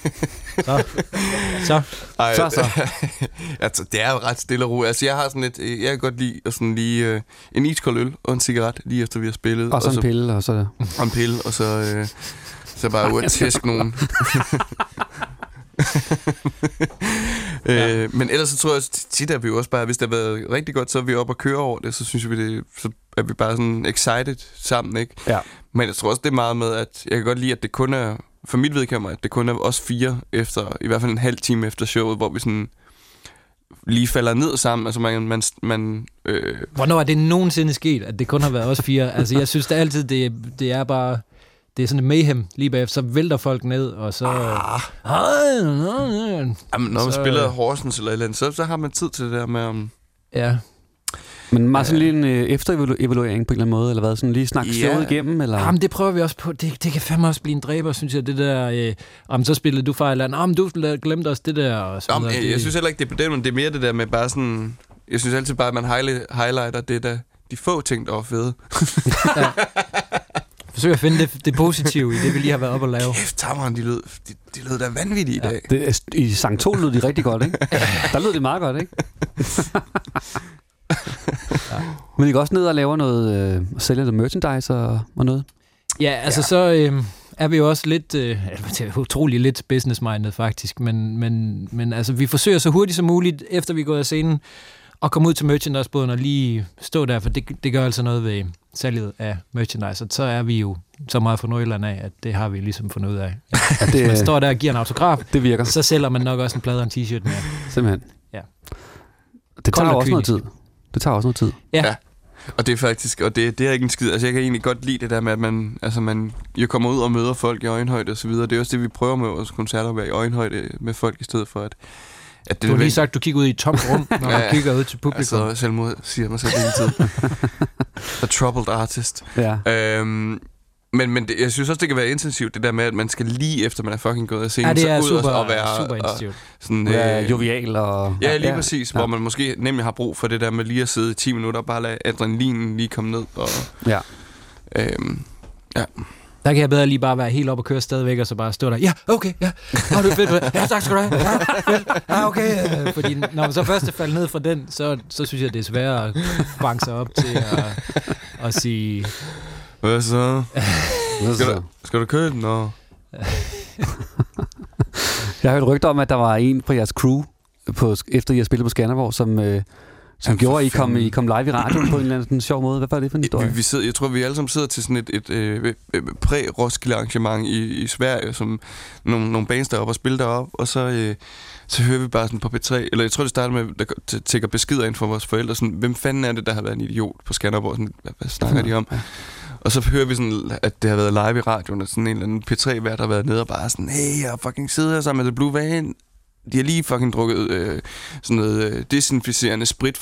Så. Ej, altså, det er jo ret stille og roligt. Altså, jeg har sådan lidt... Jeg kan godt lide sådan lige en iskold øl og en cigaret, lige efter vi har spillet. Og så en pille, og så... Og en pille, og så bare ud at tæske nogen. Men ellers så tror jeg tit er vi jo også bare, hvis det har været rigtig godt, så er vi oppe og køre over det, så synes vi så er vi bare sådan excited sammen, ikke? Ja. Men jeg tror også det er meget med, at jeg kan godt lide, at det kun er, for mit vedkommende, at det kun er os 4 efter, i hvert fald en halv time efter showet, hvor vi sådan lige falder ned sammen. Altså man Hvornår er det nogensinde sket, at det kun har været os 4? Altså jeg synes det altid, det er bare... Det er sådan et mayhem lige bagefter, så vælter folk ned, og så... Jamen, når man spiller Horsens eller et eller andet, så har man tid til det der med... Ja. Men meget sådan lige en efterevaluering på en eller anden måde, eller hvad? Sådan lige snakke showet igennem, eller? Jamen, det prøver vi også på. Det kan fandme også blive en dræber, synes jeg, det der... så spillede du fejl, du glemte også det der, og så videre. Jeg synes heller ikke, det er på den, men det er mere det der med bare sådan... Jeg synes altid bare, at man highlighter det der... De få ting, der var fede. Ja. Forsøg at finde det positive i det, vi lige har været oppe og lave. Kæft, Tamron, de lød da vanvittigt i dag. I sang 2 lød de rigtig godt, ikke? Der lød det meget godt, ikke? Ja. Men I går også ned og laver noget, sælger noget merchandise og noget? Ja, altså så er vi jo også lidt, utrolig lidt business-minded faktisk, men altså vi forsøger så hurtigt som muligt, efter vi er gået af scenen, at komme ud til merchandise-båden og lige stå der, for det gør altså noget ved salget af merchandise, og så er vi jo så meget fra Nordjylland af, at det har vi ligesom fundet ud af. Ja, hvis man står der og giver en autograf, det virker. Så sælger man nok også en plade og en t-shirt mere. Simpelthen. Ja. Det tager også noget tid. Det tager også noget tid. Ja. Og det er faktisk, og det er ikke en skid. Altså jeg kan egentlig godt lide det der med, at man jo kommer ud og møder folk i øjenhøjde og så videre. Det er også det, vi prøver med vores koncerter, at være i øjenhøjde med folk i stedet for, at du har lige sagt, at du kigger ud i et tomt rum, når du kigger ud til publikum. Altså selvmod siger mig selv hele tiden. The troubled artist. Ja. Men jeg synes også, det kan være intensivt, det der med, at man skal lige efter, man er fucking gået af scenen, ja, det er så ud super, og være super intensivt. Sådan, jovial og... Ja, lige præcis, hvor man måske nemlig har brug for det der med lige at sidde i 10 minutter og bare lade adrenalinen lige komme ned. Og, ja. Ja. Der kan jeg bedre lige bare være helt op og køre stadigvæk, og så bare stå der, ja, okay, ja, du er fedt, ja, tak skal du have, ja, fedt, ja, okay. Fordi når man så først er faldet ned fra den, så synes jeg, det er sværere at banke sig op til at sige... Hvad så? Skal du køre den? Nå. Jeg har hørt rygter om, at der var en på jeres crew, efter I har spillet på Skanderborg, som gjorde, at I kom live i radioen på en eller anden sjov måde. Hvad var det for en historie? Jeg tror, vi alle sammen sidder til sådan et præ-Roskilde arrangement i Sverige, som nogle bands deroppe og spiller deroppe, og så hører vi bare sådan på P3, eller jeg tror, det starter med, at tækker beskeder ind fra vores forældre, sådan, hvem fanden er det, der har været en idiot på Skanderborg? Sådan, hvad snakker de om? Ja. Og så hører vi sådan, at det har været live i radioen, og sådan en eller anden P3-vært har været nede og bare sådan, hey, jeg fucking sidder her sammen med The Blue Van. De har lige fucking drukket sådan noget desinficerende sprit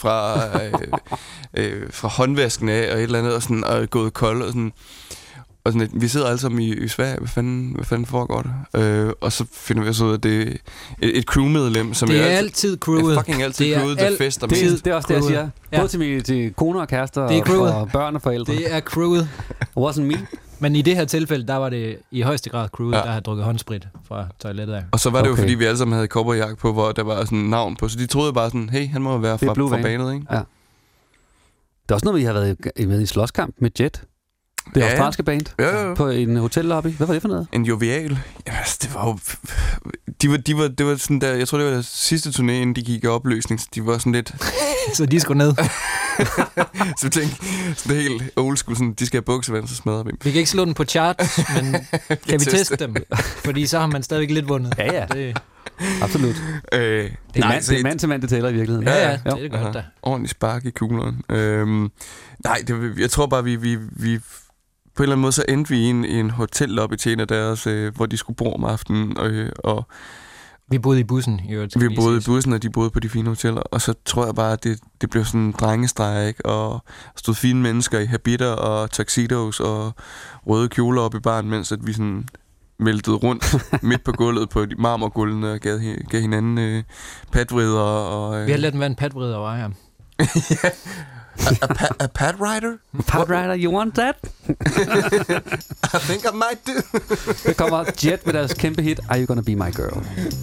fra håndvasken af, og et eller andet, og sådan, og gået kold, og sådan. Og sådan, vi sidder alle sammen i Sverige, hvad fanden foregår det? Og så finder vi så ud af, at det er et crewmedlem, som det er altid crewet. Det er fucking altid crewet, der fester med. Det er også det, jeg siger. Både til koner og kærester, og børn og forældre. Det er crewet. Wasn't me. Men i det her tilfælde, der var det i højeste grad crewet, der havde drukket håndsprit fra toilettet af. Og så var det jo, fordi vi alle sammen havde cowboyjakke på, hvor der var sådan en navn på. Så de troede bare sådan, hey, han må være fra banet, ikke? Ja. Det er også noget, vi har været med i slåskamp med Jet. Det er australske band på en hotellobby. Hvad var det for noget? En jovial. Jamen, det var jo... Det var sådan der... Jeg tror, det var deres sidste turné, inden de gik i opløsning. Så de var sådan lidt... så de skulle ned. Så tænk, sådan helt old school, sådan, de skal have buksevand, så smadrer vi dem. Vi kan ikke slå den på chart, men kan vi teste dem? Fordi så har man stadigvæk lidt vundet. Ja. Absolut. Det er mand til mand, det tæller i virkeligheden. Ja, det er det godt da. Ordentlig spark i kuglerne. Nej, jeg tror bare, vi på en eller anden måde, så endte vi i en hotellobby til en af deres, hvor de skulle bo om aftenen, og vi boede i bussen. Vi boede i bussen, og de boede på de fine hoteller. Og så tror jeg bare, at det blev sådan en drengestreger, ikke? Og stod fine mennesker i habitter og tuxedos og røde kjoler op i baren, mens at vi sådan væltede rundt midt på gulvet på de marmorgulvene og gav hinanden patvrider. Og, vi har lært dem, hvad en patvrider var her. Ja. A pad rider? Pad rider, you want that? I think I might do. Der kommer Jet med deres kæmpe hit, Are You Gonna Be My Girl?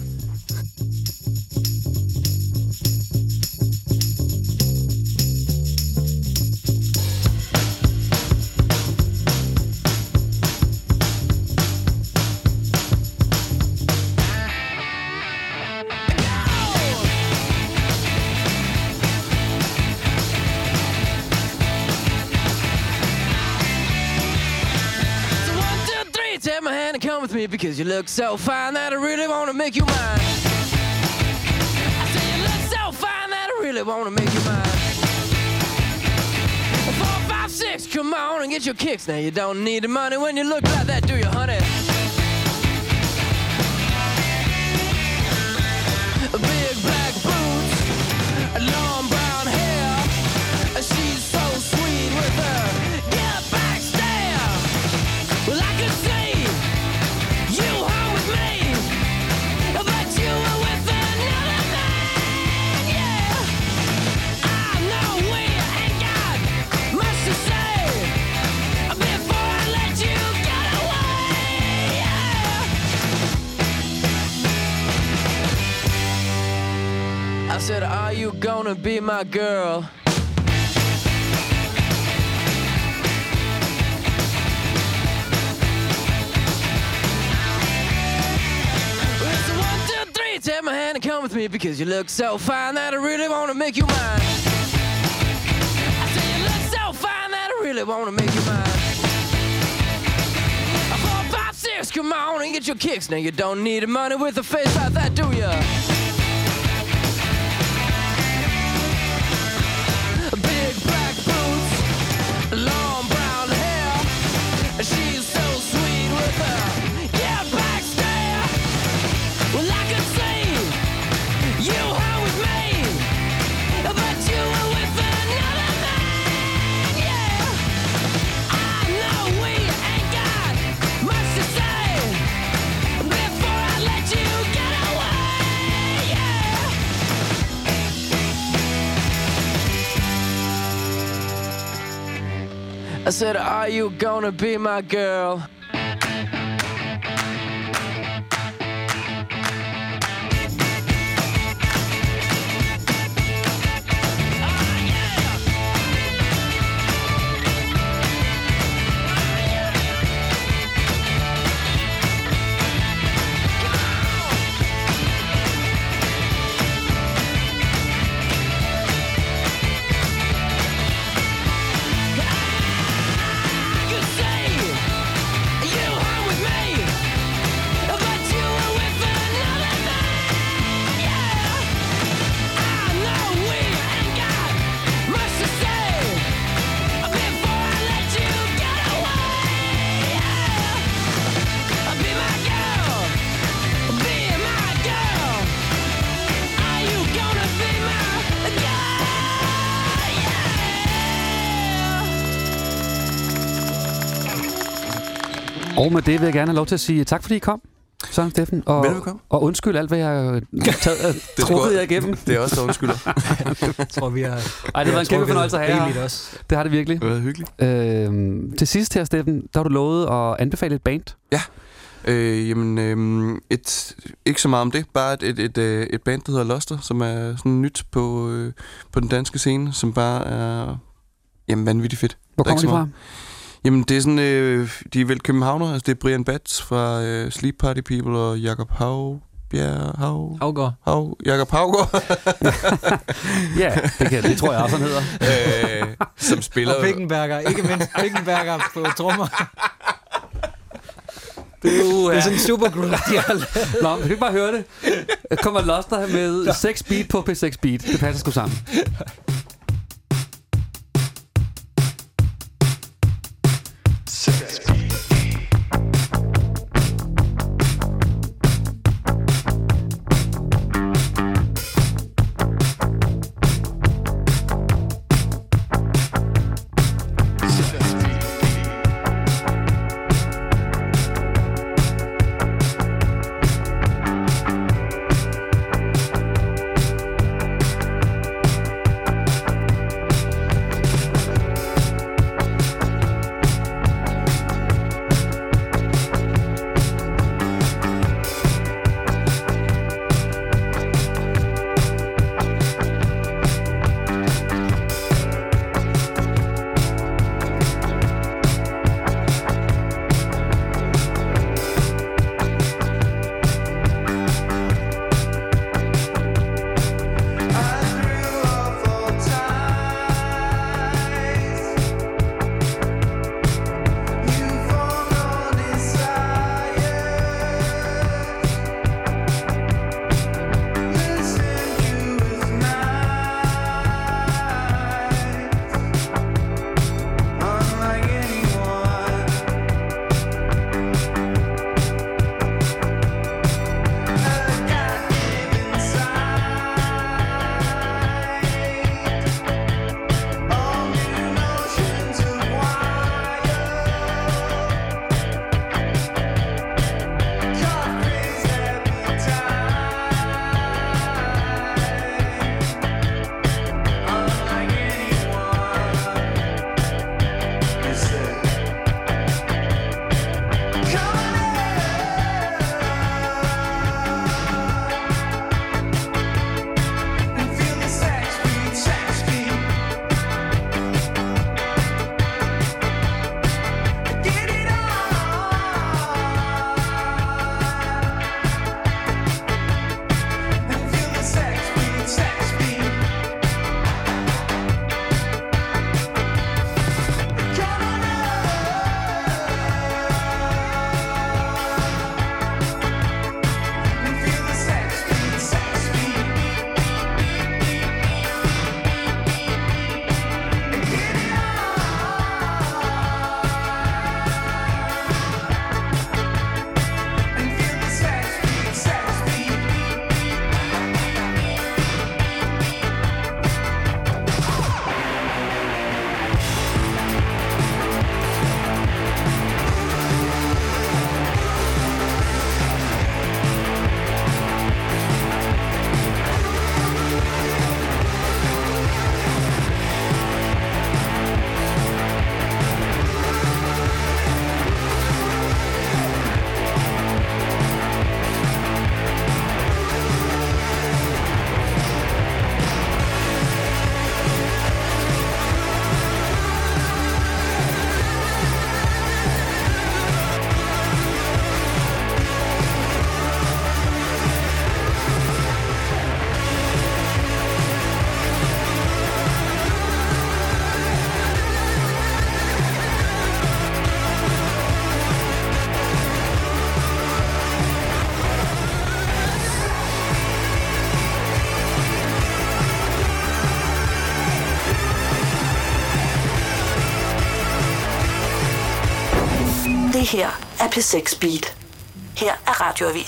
Me because you look so fine that I really want to make you mine. I say you look so fine that I really want to make you mine. 4, 5, 6, come on and get your kicks. Now you don't need the money when you look like that, do you, honey? Big black boots, long brown hair. She's so sweet with her get back stare. Well, I could say I said, are you gonna be my girl? It's a 1, 2, 3, take my hand and come with me because you look so fine that I really wanna make you mine. I said, you look so fine that I really wanna make you mine. 4, 5, 6, come on and get your kicks. Now you don't need the money with a face like that, do ya? Big black boots, long brown hair. She's so sweet with her back stare. Well, I could say you hung with me, but you were with another man. Yeah, I know we ain't got much to say before I let you get away. Yeah. I said, are you gonna be my girl? Og med det vil jeg gerne have lov til at sige tak, fordi I kom, Søren Steffen. Og undskyld alt, hvad jeg har trukket jer igennem. Det er også der undskylder. Jeg tror, vi har... Ej, det var en kæmpe fornøjelse at have her. Det har det virkelig. Det var hyggeligt. Til sidst her, Steffen, der har du lovet at anbefale et band. Ja. Ikke så meget om det. Bare et band, der hedder Luster, som er sådan nyt på den danske scene, som bare er vanvittigt fedt. Hvor kommer de fra? Jamen, det er sådan, de er vel københavner. Altså, det er Brian Batts fra Sleep Party People og Jakob Haugaard. Jakob Haugaard. Ja, det tror jeg også, han hedder. Som spiller... Og Pickenberger, ikke mindst Pickenberger på trommer. Det er sådan en supergroup, de har lavet. Nå, vi kan bare høre det. Kommer Luster med 6 beat på P6 Beat. Det passer sgu sammen. Det her er P6 Beat. Her er Radioavis.